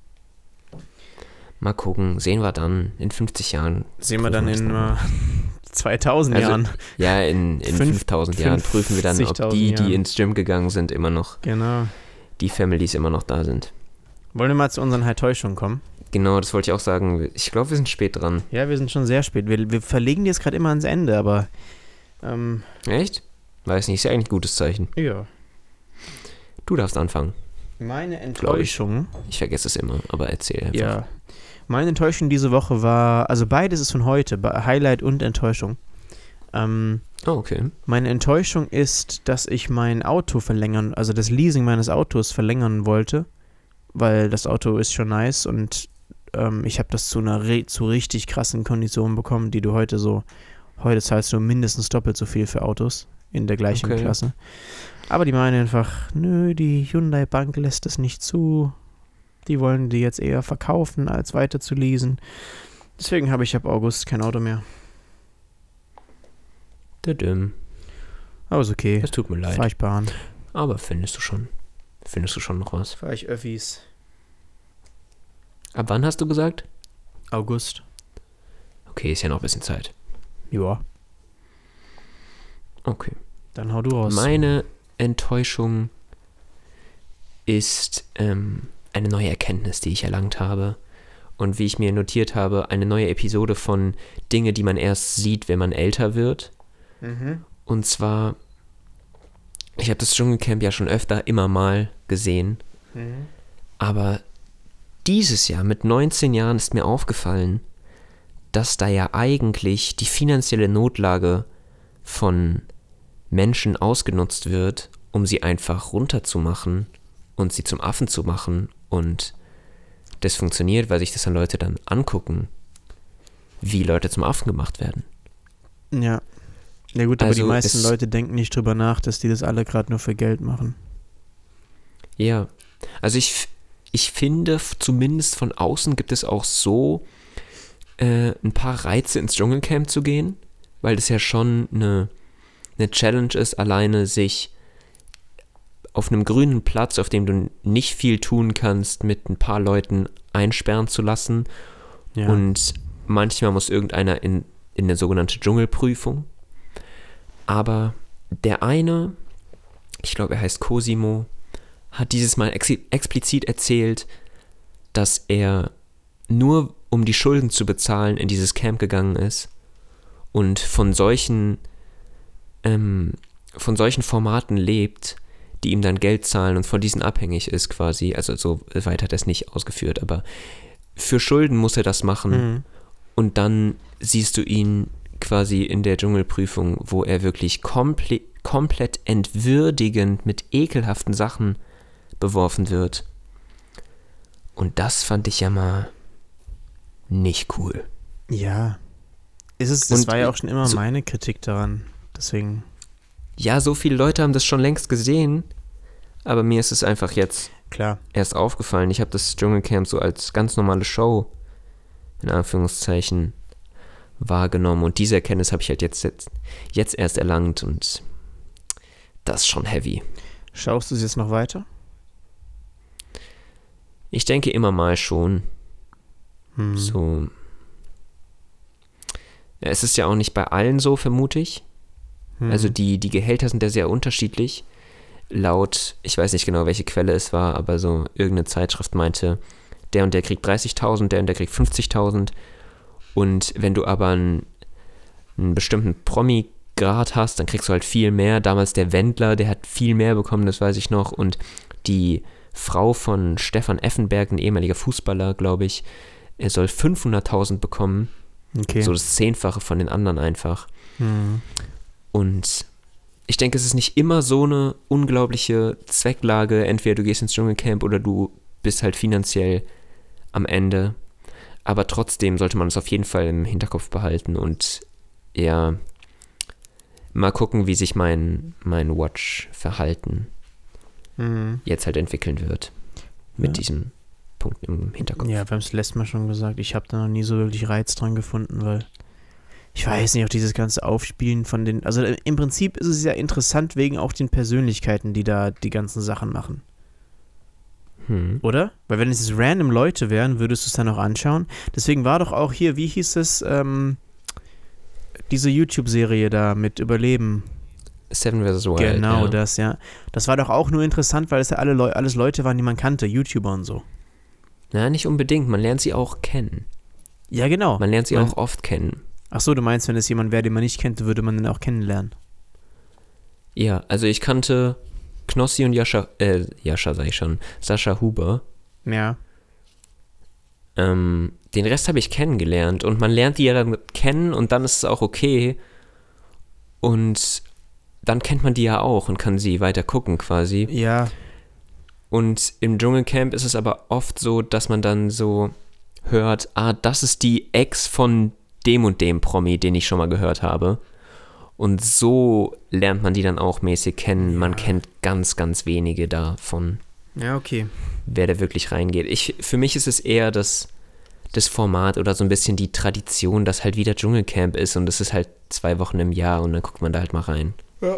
Mal gucken. Sehen wir dann in 50 Jahren. Sehen wir dann in 2000 Jahren. Ja, in 5000 Jahren prüfen wir dann, ob die ins Gym gegangen sind, immer noch. Genau. Die Families immer noch da sind. Wollen wir mal zu unseren Enttäuschungen kommen? Genau, das wollte ich auch sagen. Ich glaube, wir sind spät dran. Ja, wir sind schon sehr spät. Wir verlegen die jetzt gerade immer ans Ende, aber Echt? Weiß nicht, ist ja eigentlich ein gutes Zeichen. ja. Du darfst anfangen. Meine Enttäuschung. Ich vergesse es immer, aber erzähl einfach. Ja. Meine Enttäuschung diese Woche war, also beides ist von heute, Highlight und Enttäuschung. Okay. Meine Enttäuschung ist, dass ich mein Auto verlängern, also das Leasing meines Autos verlängern wollte, weil das Auto ist schon nice und ich habe das zu richtig krassen Konditionen bekommen, die du heute zahlst du mindestens doppelt so viel für Autos in der gleichen Klasse. Aber die meinen einfach, nö, die Hyundai Bank lässt es nicht zu. Die wollen die jetzt eher verkaufen, als weiter zu leasen. Deswegen habe ich ab August kein Auto mehr. Aber ist okay. Das tut mir leid. Fahr ich Bahn. Aber findest du schon noch was? Fahr ich Öffis. Ab wann hast du gesagt? August. Okay, ist ja noch ein bisschen Zeit. Ja. Okay. Dann hau du raus. Meine Enttäuschung ist eine neue Erkenntnis, die ich erlangt habe. Und wie ich mir notiert habe, eine neue Episode von Dinge, die man erst sieht, wenn man älter wird. Und zwar, ich habe das Dschungelcamp ja schon öfter immer mal gesehen. Aber dieses Jahr mit 19 Jahren ist mir aufgefallen, dass da ja eigentlich die finanzielle Notlage von Menschen ausgenutzt wird, um sie einfach runterzumachen und sie zum Affen zu machen. Und das funktioniert, weil sich das dann Leute dann angucken, wie Leute zum Affen gemacht werden. Ja. Ja gut, aber Also die meisten Leute denken nicht drüber nach, dass die das alle gerade nur für Geld machen. Ja, also ich finde, zumindest von außen gibt es auch so ein paar Reize ins Dschungelcamp zu gehen, weil das ja schon eine Challenge ist, alleine sich auf einem grünen Platz, auf dem du nicht viel tun kannst, mit ein paar Leuten einsperren zu lassen. Ja. Und manchmal muss irgendeiner in eine sogenannte Dschungelprüfung. Aber der eine, ich glaube, er heißt Cosimo, hat dieses Mal explizit erzählt, dass er nur um die Schulden zu bezahlen in dieses Camp gegangen ist und von solchen Formaten lebt, die ihm dann Geld zahlen und von diesen abhängig ist quasi. Also so weit hat er es nicht ausgeführt, aber für Schulden muss er das machen. Und dann siehst du ihn quasi in der Dschungelprüfung, wo er wirklich komplett entwürdigend mit ekelhaften Sachen beworfen wird. Und das fand ich ja mal nicht cool. Ja. Das war ja auch schon immer meine Kritik daran. Deswegen. Ja, so viele Leute haben das schon längst gesehen, aber mir ist es einfach jetzt Klar. erst aufgefallen. Ich habe das Dschungelcamp so als ganz normale Show, in Anführungszeichen, wahrgenommen. Und diese Erkenntnis habe ich halt jetzt erst erlangt und das ist schon heavy. Schaust du es jetzt noch weiter? Ich denke immer mal schon. So. Ja, es ist ja auch nicht bei allen so, vermute ich. Also die Gehälter sind ja sehr unterschiedlich. Laut, ich weiß nicht genau, welche Quelle es war, aber so irgendeine Zeitschrift meinte, der und der kriegt 30.000, der und der kriegt 50.000. Und wenn du aber einen bestimmten Promi Grad hast, dann kriegst du halt viel mehr. Damals der Wendler, der hat viel mehr bekommen, das weiß ich noch. Und die Frau von Stefan Effenberg, ein ehemaliger Fußballer, glaube ich, er soll 500.000 bekommen. Okay. So das 10-fache von den anderen einfach. Mhm. Und ich denke, es ist nicht immer so eine unglaubliche Zwecklage. Entweder du gehst ins Dschungelcamp oder du bist halt finanziell am Ende. Aber trotzdem sollte man es auf jeden Fall im Hinterkopf behalten und ja, mal gucken, wie sich mein Watch-Verhalten jetzt halt entwickeln wird. Mit diesem Punkt im Hinterkopf. Ja, wir haben es letztes Mal schon gesagt, ich habe da noch nie so wirklich Reiz dran gefunden, weil ich weiß nicht, auch dieses ganze Aufspielen von den, also im Prinzip ist es ja interessant wegen auch den Persönlichkeiten, die da die ganzen Sachen machen. Oder? Weil wenn es jetzt random Leute wären, würdest du es dann auch anschauen. Deswegen war doch auch hier, wie hieß es, diese YouTube-Serie da mit Überleben. Seven vs. Wild. Genau, ja. das, ja. Das war doch auch nur interessant, weil es ja alles Leute waren, die man kannte, YouTuber und so. Na, nicht unbedingt. Man lernt sie auch kennen. Ja, genau. Man lernt sie auch oft kennen. Ach so, du meinst, wenn es jemand wäre, den man nicht kennt, würde man den auch kennenlernen? Ja, also ich kannte Knossi und Sascha Huber. Ja. Den Rest habe ich kennengelernt und man lernt die ja dann kennen und dann ist es auch okay und dann kennt man die ja auch und kann sie weiter gucken quasi. Ja. Und im Dschungelcamp ist es aber oft so, dass man dann so hört, das ist die Ex von dem und dem Promi, den ich schon mal gehört habe. Und so lernt man die dann auch mäßig kennen. Man kennt ganz, ganz wenige davon. Ja, okay. Wer da wirklich reingeht. Für mich ist es eher das Format oder so ein bisschen die Tradition, dass halt wieder Dschungelcamp ist und es ist halt 2 Wochen im Jahr und dann guckt man da halt mal rein. Ja.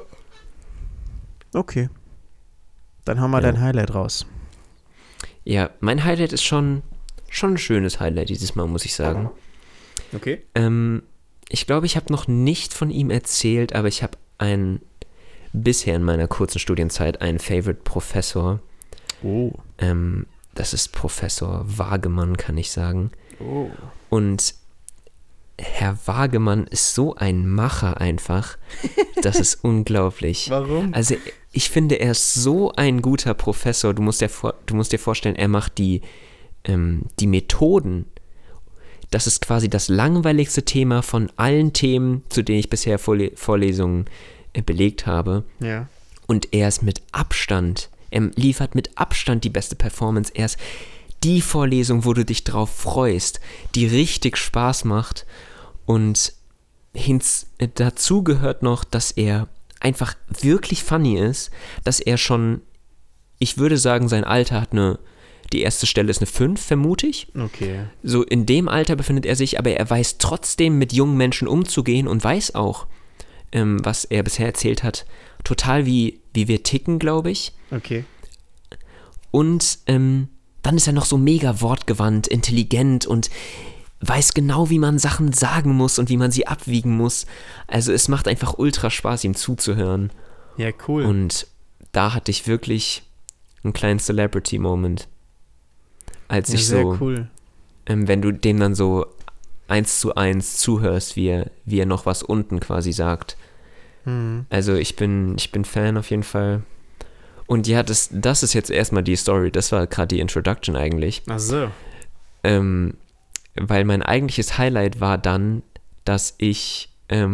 Okay. Dann haben wir dein Highlight raus. Ja, mein Highlight ist schon ein schönes Highlight dieses Mal, muss ich sagen. Okay. Ich glaube, ich habe noch nicht von ihm erzählt, aber ich habe bisher in meiner kurzen Studienzeit einen Favorite-Professor. Oh. Das ist Professor Wagemann, kann ich sagen. Oh. Und Herr Wagemann ist so ein Macher einfach. Das ist unglaublich. Warum? Also ich finde, er ist so ein guter Professor. Du musst dir vorstellen, er macht die Methoden. Das ist quasi das langweiligste Thema von allen Themen, zu denen ich bisher Vorlesungen belegt habe. Ja. Und er liefert mit Abstand die beste Performance. Er ist die Vorlesung, wo du dich drauf freust, die richtig Spaß macht. Und dazu gehört noch, dass er einfach wirklich funny ist, dass er schon, ich würde sagen, sein Alter hat die erste Stelle ist eine 5, vermute ich. Okay. So in dem Alter befindet er sich, aber er weiß trotzdem mit jungen Menschen umzugehen und weiß auch, was er bisher erzählt hat, total wie wir ticken, glaube ich. Okay. Und dann ist er noch so mega wortgewandt, intelligent und weiß genau, wie man Sachen sagen muss und wie man sie abwiegen muss. Also es macht einfach ultra Spaß, ihm zuzuhören. Ja, cool. Und da hatte ich wirklich einen kleinen Celebrity-Moment. Als ich sehr so, cool. Wenn du dem dann so 1:1 zuhörst, wie er noch was unten quasi sagt. Mhm. Also ich bin Fan auf jeden Fall. Und ja, das ist jetzt erstmal die Story. Das war gerade die Introduction eigentlich. Ach so. Weil mein eigentliches Highlight war dann, dass ich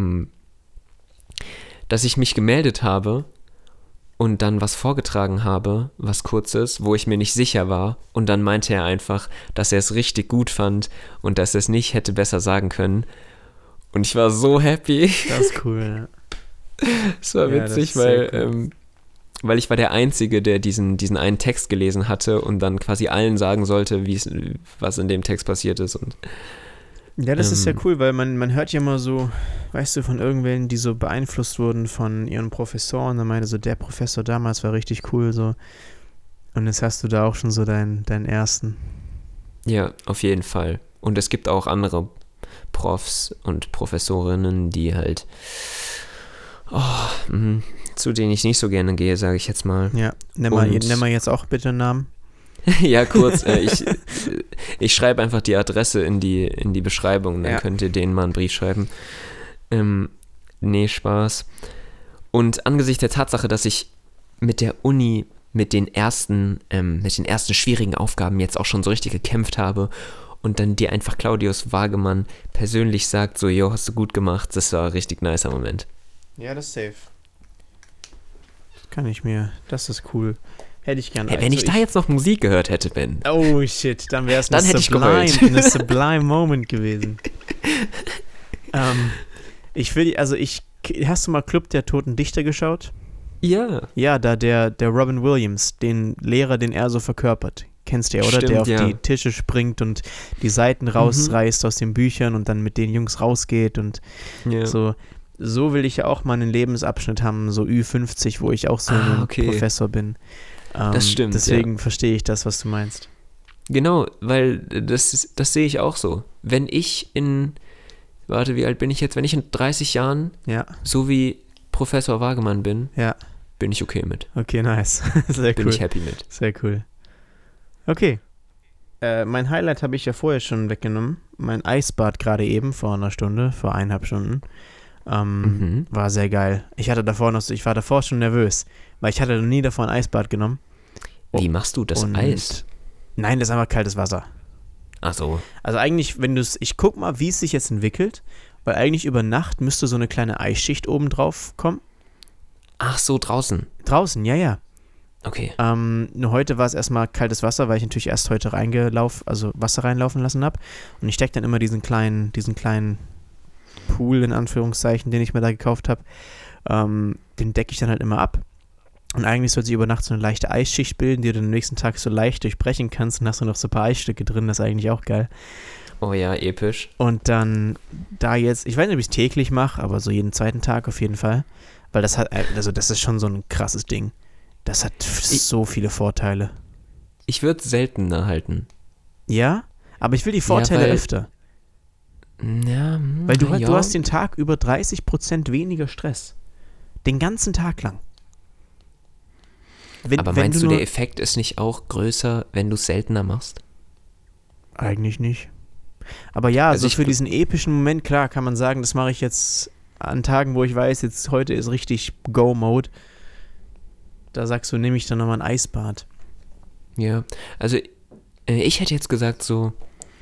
mich gemeldet habe und dann was vorgetragen habe, was Kurzes, wo ich mir nicht sicher war. Und dann meinte er einfach, dass er es richtig gut fand und dass er es nicht hätte besser sagen können. Und ich war so happy. Das ist cool, ja. Es war witzig, weil ich war der Einzige, der diesen einen Text gelesen hatte und dann quasi allen sagen sollte, was in dem Text passiert ist. Und ja, das ist ja cool, weil man hört ja immer so, weißt du, von irgendwelchen, die so beeinflusst wurden von ihren Professoren. Da meinte so, der Professor damals war richtig cool, so. Und jetzt hast du da auch schon so deinen ersten. Ja, auf jeden Fall. Und es gibt auch andere Profs und Professorinnen, die halt zu denen ich nicht so gerne gehe, sage ich jetzt mal. Ja, nenn mal jetzt auch bitte einen Namen. Ja, kurz. Ich schreibe einfach die Adresse in die Beschreibung, dann könnt ihr denen mal einen Brief schreiben. Nee, Spaß. Und angesichts der Tatsache, dass ich mit der Uni, mit den ersten schwierigen Aufgaben jetzt auch schon so richtig gekämpft habe und dann dir einfach Claudius Wagemann persönlich sagt, so, jo, hast du gut gemacht, das war ein richtig nicer Moment. Ja, das ist safe. Das ist cool. Hätte ich gerne. Hey, wenn ich da jetzt noch Musik gehört hätte, Ben. Oh shit, dann wäre es eine Sublime Moment gewesen. Hast du mal Club der Toten Dichter geschaut? Ja. Ja, da der Robin Williams, den Lehrer, den er so verkörpert. Kennst du ja, oder? Stimmt, der auf ja. die Tische springt und die Seiten rausreißt aus den Büchern und dann mit den Jungs rausgeht und so. So will ich ja auch mal einen Lebensabschnitt haben, so Ü50, wo ich auch so ein Professor bin. Das stimmt. Deswegen verstehe ich das, was du meinst. Genau, weil das sehe ich auch so. Wenn ich wie alt bin ich jetzt? Wenn ich in 30 Jahren so wie Professor Wagemann bin, bin ich okay mit. Okay, nice. Sehr cool. Bin ich happy mit. Sehr cool. Okay. Mein Highlight habe ich ja vorher schon weggenommen. Mein Eisbad gerade eben, vor 1,5 Stunden. War sehr geil. Ich war davor schon nervös, weil ich hatte noch nie davor ein Eisbad genommen. Wie machst du das Eis? Nein, das ist einfach kaltes Wasser. Ach so. Also eigentlich, ich guck mal, wie es sich jetzt entwickelt, weil eigentlich über Nacht müsste so eine kleine Eisschicht oben drauf kommen. Ach so, draußen. Draußen, ja. Okay. Nur heute war es erstmal kaltes Wasser, weil ich natürlich erst heute Wasser reinlaufen lassen habe. Und ich stecke dann immer diesen kleinen Pool, in Anführungszeichen, den ich mir da gekauft habe, den decke ich dann halt immer ab. Und eigentlich soll sich über Nacht so eine leichte Eisschicht bilden, die du am nächsten Tag so leicht durchbrechen kannst und hast du noch so ein paar Eisstücke drin, das ist eigentlich auch geil. Oh ja, episch. Und dann ich weiß nicht, ob ich es täglich mache, aber so jeden zweiten Tag auf jeden Fall, weil das ist schon so ein krasses Ding. Das hat so viele Vorteile. Ich würde es seltener halten. Ja? Aber ich will die Vorteile öfter. Ja, weil du hast den Tag über 30% weniger Stress. Den ganzen Tag lang. Aber meinst du, der Effekt ist nicht auch größer, wenn du es seltener machst? Eigentlich nicht. Aber ja, also für diesen epischen Moment, klar, kann man sagen, das mache ich jetzt an Tagen, wo ich weiß, jetzt heute ist richtig Go-Mode. Da sagst du, nehme ich dann nochmal ein Eisbad. Ja, also ich hätte jetzt gesagt so,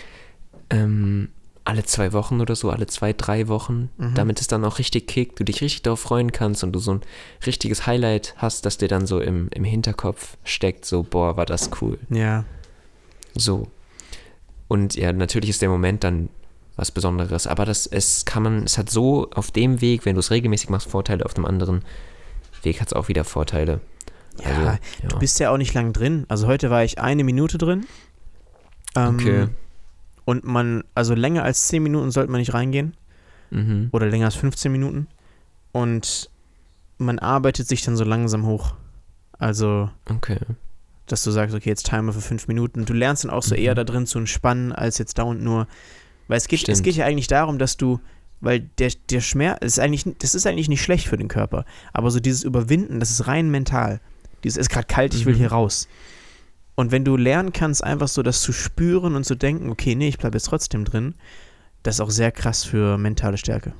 alle 2 Wochen oder so, alle 2-3 Wochen, damit es dann auch richtig kickt, du dich richtig darauf freuen kannst und du so ein richtiges Highlight hast, das dir dann so im Hinterkopf steckt, so, boah, war das cool. Ja. So. Und ja, natürlich ist der Moment dann was Besonderes, aber es hat so auf dem Weg, wenn du es regelmäßig machst, Vorteile, auf dem anderen Weg hat es auch wieder Vorteile. Ja, du bist ja auch nicht lang drin. Also heute war ich 1 Minute drin. Okay. Und länger als 10 Minuten sollte man nicht reingehen. Oder länger als 15 Minuten. Und man arbeitet sich dann so langsam hoch. Also, dass du sagst, okay, jetzt Timer für 5 Minuten. Du lernst dann auch so eher da drin zu entspannen, als jetzt dauernd nur. Weil es geht ja eigentlich darum, dass du, weil der Schmerz, das ist eigentlich nicht schlecht für den Körper. Aber so dieses Überwinden, das ist rein mental. Dieses ist gerade kalt, ich will hier raus. Und wenn du lernen kannst, einfach so das zu spüren und zu denken, okay, nee, ich bleibe jetzt trotzdem drin, das ist auch sehr krass für mentale Stärke.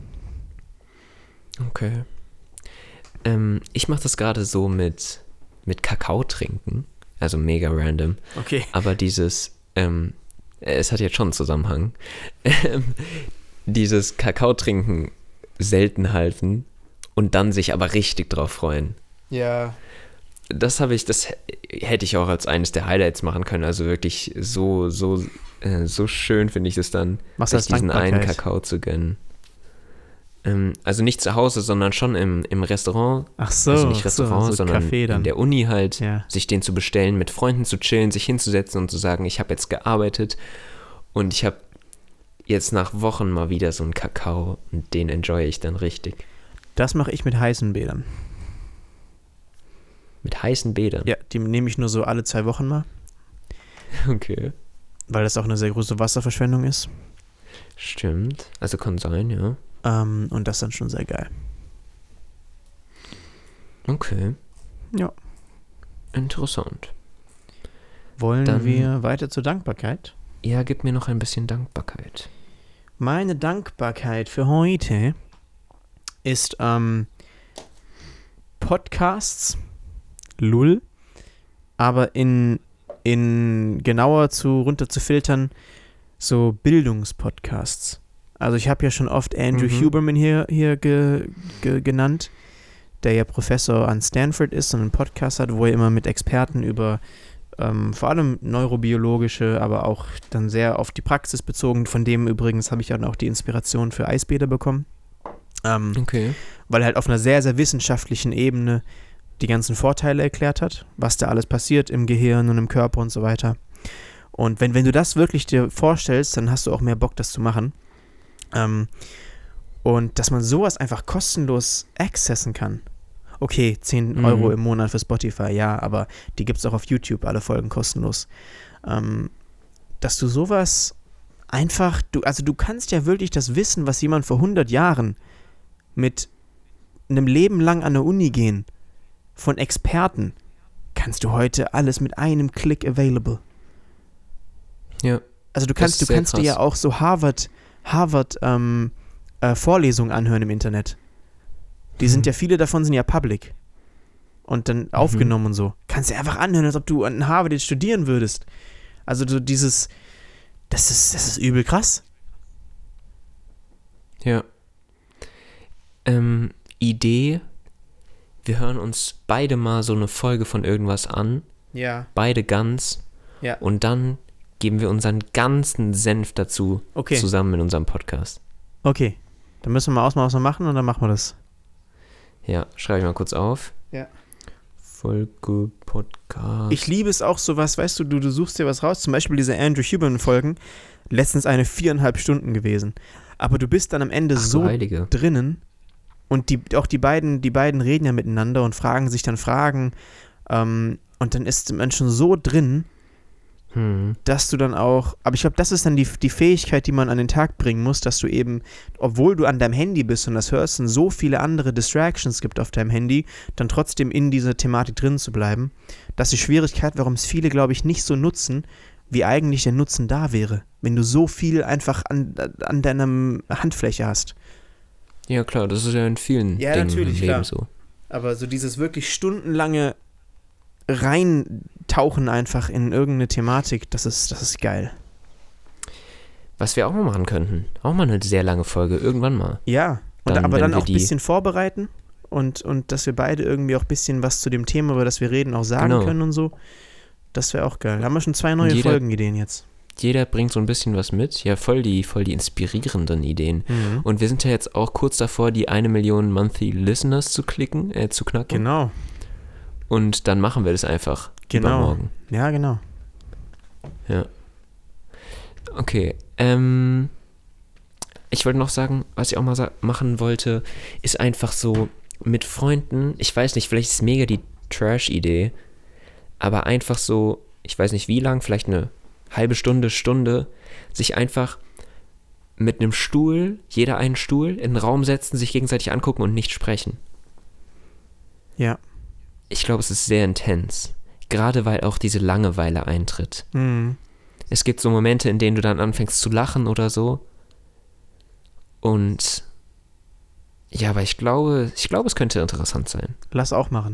Okay. Ich mache das gerade so mit Kakao trinken, also mega random. Okay. Aber es hat jetzt schon einen Zusammenhang. Dieses Kakao trinken selten halten und dann sich aber richtig drauf freuen. Ja. Das hätte ich auch als eines der Highlights machen können. Also wirklich so schön finde ich es dann, sich diesen einen Kakao zu gönnen. Also nicht zu Hause, sondern schon im Restaurant. Ach so. Also nicht Restaurant, sondern Café dann. In der Uni halt, sich den zu bestellen, mit Freunden zu chillen, sich hinzusetzen und zu sagen, ich habe jetzt gearbeitet und ich habe jetzt nach Wochen mal wieder so einen Kakao und den enjoy ich dann richtig. Das mache ich mit heißen Bädern. Mit heißen Bädern? Ja, die nehme ich nur so alle 2 Wochen mal. Okay. Weil das auch eine sehr große Wasserverschwendung ist. Stimmt. Also kann sein, ja. Und das ist dann schon sehr geil. Okay. Ja. Interessant. Wollen wir weiter zur Dankbarkeit? Ja, gib mir noch ein bisschen Dankbarkeit. Meine Dankbarkeit für heute ist Podcasts, Lull, aber in genauer runter zu filtern, so Bildungspodcasts. Also ich habe ja schon oft Andrew Huberman hier genannt, der ja Professor an Stanford ist und einen Podcast hat, wo er immer mit Experten über vor allem neurobiologische, aber auch dann sehr auf die Praxis bezogen, von dem übrigens habe ich dann auch die Inspiration für Eisbäder bekommen. Okay. Weil er halt auf einer sehr, sehr wissenschaftlichen Ebene die ganzen Vorteile erklärt hat, was da alles passiert im Gehirn und im Körper und so weiter. Und wenn du das wirklich dir vorstellst, dann hast du auch mehr Bock, das zu machen. Und dass man sowas einfach kostenlos accessen kann. Okay, 10 Euro im Monat für Spotify, ja, aber die gibt es auch auf YouTube, alle Folgen kostenlos. Dass du sowas einfach, du kannst ja wirklich das Wissen, was jemand vor 100 Jahren mit einem Leben lang an der Uni gehen, von Experten, kannst du heute alles mit einem Klick available. Ja. Also du kannst dir ja auch so Harvard Vorlesungen anhören im Internet. Die sind ja, viele davon sind ja public. Und dann aufgenommen und so. Kannst du einfach anhören, als ob du an Harvard jetzt studieren würdest. Also so das ist übel krass. Ja. Idee, wir hören uns beide mal so eine Folge von irgendwas an. Ja. Beide ganz. Ja. Und dann geben wir unseren ganzen Senf dazu zusammen in unserem Podcast. Okay. Dann müssen wir mal ausmachen, was wir machen und dann machen wir das. Ja, schreibe ich mal kurz auf. Ja. Folge Podcast. Ich liebe es auch sowas, weißt du suchst dir was raus, zum Beispiel diese Andrew Huberman-Folgen, letztens eine 4,5 Stunden gewesen. Aber du bist dann am Ende drinnen und die beiden reden ja miteinander und fragen sich dann Fragen und dann ist man schon so drin, dass du dann auch, aber ich glaube, das ist dann die Fähigkeit, die man an den Tag bringen muss, dass du eben, obwohl du an deinem Handy bist und das hörst und so viele andere Distractions gibt auf deinem Handy, dann trotzdem in dieser Thematik drin zu bleiben. Das ist die Schwierigkeit, warum es viele, glaube ich, nicht so nutzen, wie eigentlich der Nutzen da wäre, wenn du so viel einfach an deiner Handfläche hast. Ja klar, das ist ja in vielen Dingen im Leben so. Aber so dieses wirklich stundenlange reintauchen einfach in irgendeine Thematik, das ist geil. Was wir auch mal machen könnten, auch mal eine sehr lange Folge, irgendwann mal. Ja, aber dann auch ein bisschen vorbereiten und dass wir beide irgendwie auch ein bisschen was zu dem Thema, über das wir reden, auch sagen können und so. Das wäre auch geil. Da haben wir schon 2 neue Folgenideen jetzt. Jeder bringt so ein bisschen was mit. Ja, voll die inspirierenden Ideen. Und wir sind ja jetzt auch kurz davor, die 1 Million Monthly Listeners zu knacken. Genau. Und dann machen wir das einfach übermorgen. Ja, genau. Ja. Okay. Ich wollte noch sagen, was ich auch mal machen wollte, ist einfach so mit Freunden, ich weiß nicht, vielleicht ist es mega die Trash-Idee, aber einfach so, ich weiß nicht wie lang, vielleicht eine halbe Stunde, sich einfach mit einem Stuhl, jeder einen Stuhl, in den Raum setzen, sich gegenseitig angucken und nicht sprechen. Ja. Ich glaube, es ist sehr intens. Gerade weil auch diese Langeweile eintritt. Es gibt so Momente, in denen du dann anfängst zu lachen oder so. Und ja, aber ich glaube, es könnte interessant sein. Lass auch machen.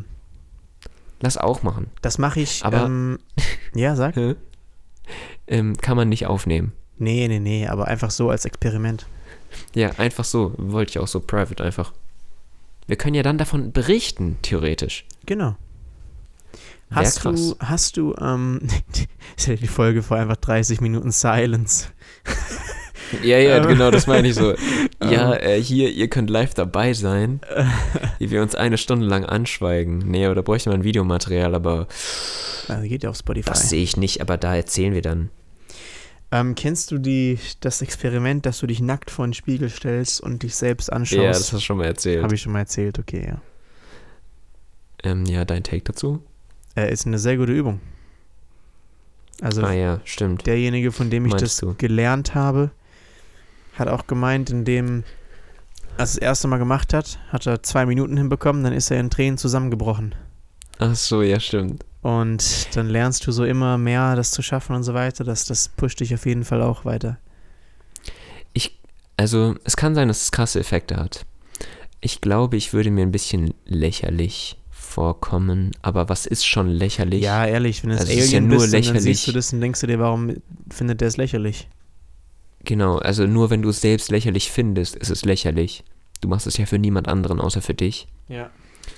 Das mache ich. Aber ja, sag. Kann man nicht aufnehmen. Nee, aber einfach so als Experiment. Ja, einfach so. Wollte ich auch so private einfach. Wir können ja dann davon berichten, theoretisch. Genau. Hast du die Folge vor einfach 30 Minuten Silence. Ja, genau, das meine ich so. Ja, hier, ihr könnt live dabei sein, wie wir uns 1 Stunde lang anschweigen. Nee, aber da bräuchte man Videomaterial, aber geht ja auf Spotify. Das sehe ich nicht, aber da erzählen wir dann. Kennst du das Experiment, dass du dich nackt vor den Spiegel stellst und dich selbst anschaust? Ja, das hast du schon mal erzählt. Habe ich schon mal erzählt, okay, ja. Ja, dein Take dazu? Ist eine sehr gute Übung. Also ja, stimmt. Derjenige, von dem ich gelernt habe, hat auch gemeint, indem er das erste Mal gemacht hat er 2 Minuten hinbekommen, dann ist er in Tränen zusammengebrochen. Ach so, ja, stimmt. Und dann lernst du so immer mehr, das zu schaffen und so weiter. Das pusht dich auf jeden Fall auch weiter. Also, es kann sein, dass es krasse Effekte hat. Ich glaube, ich würde mir ein bisschen lächerlich vorkommen, aber was ist schon lächerlich? Ja, ehrlich, wenn es Also es ist Alien ja nur bist und dann lächerlich. siehst du das und denkst du dir, warum findet der es lächerlich? Genau, also nur wenn du es selbst lächerlich findest, ist es lächerlich. Du machst es ja für niemand anderen, außer für dich. Ja.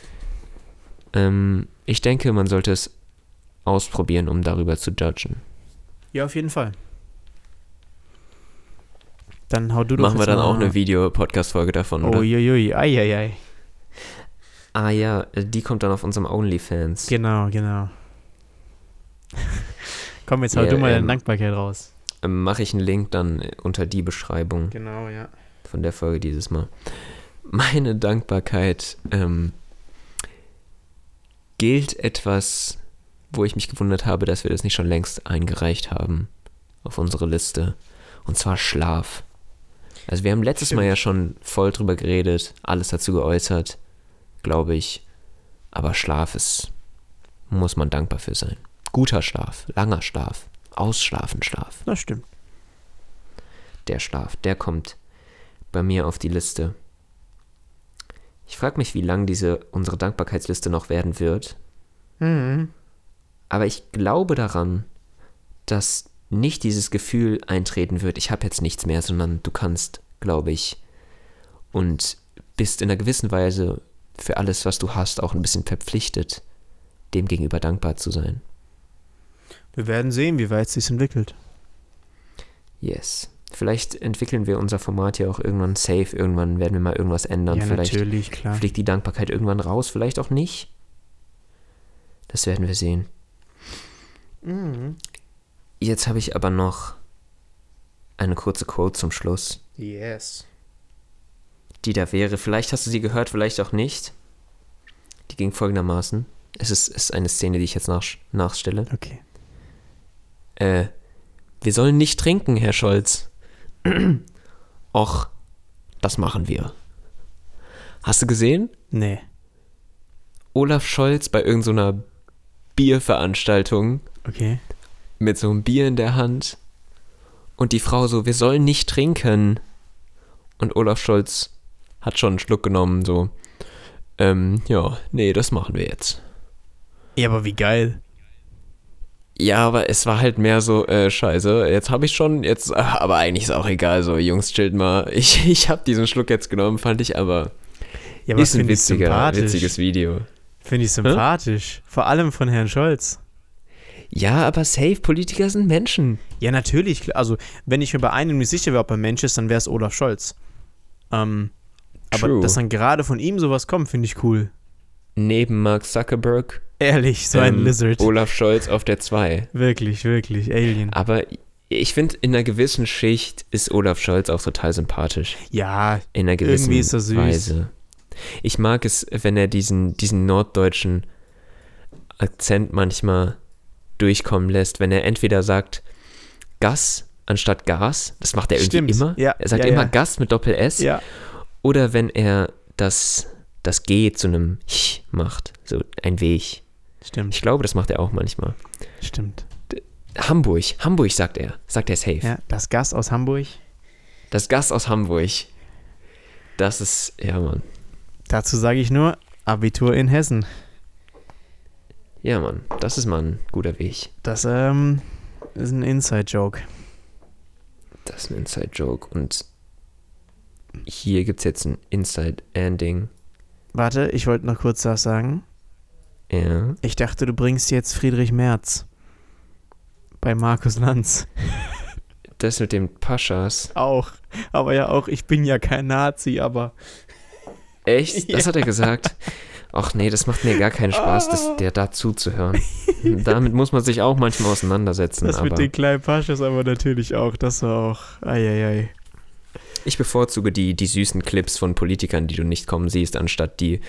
Ich denke, man sollte es ausprobieren, um darüber zu judgen. Ja, auf jeden Fall. Dann hau du doch Machen wir jetzt dann mal- auch eine Video-Podcast-Folge davon, oder? Uiuiui, ei. Ah ja, die kommt dann auf unserem OnlyFans. Genau. Komm, jetzt hau Ja, du mal deine Dankbarkeit raus. Mache ich einen Link dann unter die Beschreibung Genau, ja. von der Folge dieses Mal. Meine Dankbarkeit gilt etwas, wo ich mich gewundert habe, dass wir das nicht schon längst eingereicht haben auf unsere Liste. Und zwar Schlaf. Also wir haben letztes Mal ja schon voll drüber geredet, alles dazu geäußert, glaube ich. Aber Schlaf muss man dankbar für sein. Guter Schlaf, langer Schlaf, ausschlafen Schlaf. Das stimmt. Der Schlaf, der kommt bei mir auf die Liste. Ich frage mich, wie lang unsere Dankbarkeitsliste noch werden wird. Mhm. Aber ich glaube daran, dass nicht dieses Gefühl eintreten wird, ich habe jetzt nichts mehr, sondern du kannst, glaube ich, und bist in einer gewissen Weise für alles, was du hast, auch ein bisschen verpflichtet, dem gegenüber dankbar zu sein. Wir werden sehen, wie weit es sich entwickelt. Yes. Vielleicht entwickeln wir unser Format ja auch irgendwann safe, irgendwann werden wir mal irgendwas ändern. Ja, Vielleicht natürlich, klar. fliegt die Dankbarkeit irgendwann raus, vielleicht auch nicht. Das werden wir sehen. Mhm. Jetzt habe ich aber noch eine kurze Quote zum Schluss, Yes. die da wäre. Vielleicht hast du sie gehört, vielleicht auch nicht. Die ging folgendermaßen. Es ist eine Szene, die ich jetzt nachstelle. Okay. Wir sollen nicht trinken, Herr Scholz. Och, das machen wir. Hast du gesehen? Nee. Olaf Scholz bei irgendeiner Bierveranstaltung Okay. mit so einem Bier in der Hand und die Frau so, wir sollen nicht trinken. Und Olaf Scholz hat schon einen Schluck genommen, so, ja, nee, das machen wir jetzt. Ja, aber wie geil. Ja, aber es war halt mehr so, scheiße, jetzt habe ich schon, aber eigentlich ist auch egal, so, Jungs, chillt mal. Ich habe diesen Schluck jetzt genommen, fand ich aber, Ja, aber ist ein finde ich sympathisch. witziges Video. Finde ich sympathisch. Vor allem von Herrn Scholz. Ja, aber safe, Politiker sind Menschen. Ja, natürlich. Klar. Also, wenn ich mir bei einem nicht sicher wäre, ob er Mensch ist, dann wäre es Olaf Scholz. Aber True. dass dann gerade von ihm sowas kommt, finde ich cool. Neben Mark Zuckerberg, Ehrlich, so ein Lizard. Olaf Scholz auf der 2. Wirklich, Alien. Aber ich finde, in einer gewissen Schicht ist Olaf Scholz auch total sympathisch. Ja, In einer gewissen irgendwie ist er süß. Weise. Ich mag es, wenn er diesen norddeutschen Akzent manchmal durchkommen lässt, wenn er entweder sagt Gas anstatt Gas, das macht er irgendwie Stimmt. immer. Ja, Er sagt ja, immer ja. Gas mit Doppel-S. ja. Oder wenn er das G zu einem Ch macht, so ein Weg. Stimmt, Ich glaube, das macht er auch manchmal. stimmt. Hamburg sagt er safe. Ja, das Gas aus Hamburg. Das Gas aus Hamburg. Das ist, ja Mann. Dazu sage ich nur, Abitur in Hessen. Ja Mann, das ist mal ein guter Weg. Das ist ein Inside-Joke. Das ist ein Inside-Joke und hier gibt es jetzt ein Inside-Ending. Warte, ich wollte noch kurz was sagen. Ja. Ich dachte, du bringst jetzt Friedrich Merz. Bei Markus Lanz. Das mit den Paschas. Auch. Aber ja auch, ich bin ja kein Nazi, aber... Echt? Das Ja. hat er gesagt? Ach nee, das macht mir gar keinen Spaß, der da zuzuhören. Damit muss man sich auch manchmal auseinandersetzen. Das aber mit den kleinen Paschas aber natürlich auch. Das war auch... Eieiei. ich bevorzuge die süßen Clips von Politikern, die du nicht kommen siehst, anstatt die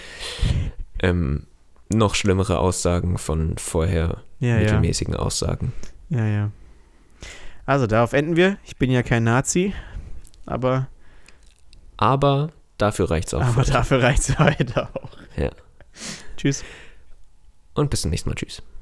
noch schlimmere Aussagen von vorher Ja, mittelmäßigen Aussagen. ja. Also, darauf enden wir. Ich bin ja kein Nazi, aber Dafür reicht's auch. aber für heute. dafür reicht es heute auch. Ja. Tschüss. Und bis zum nächsten Mal. Tschüss.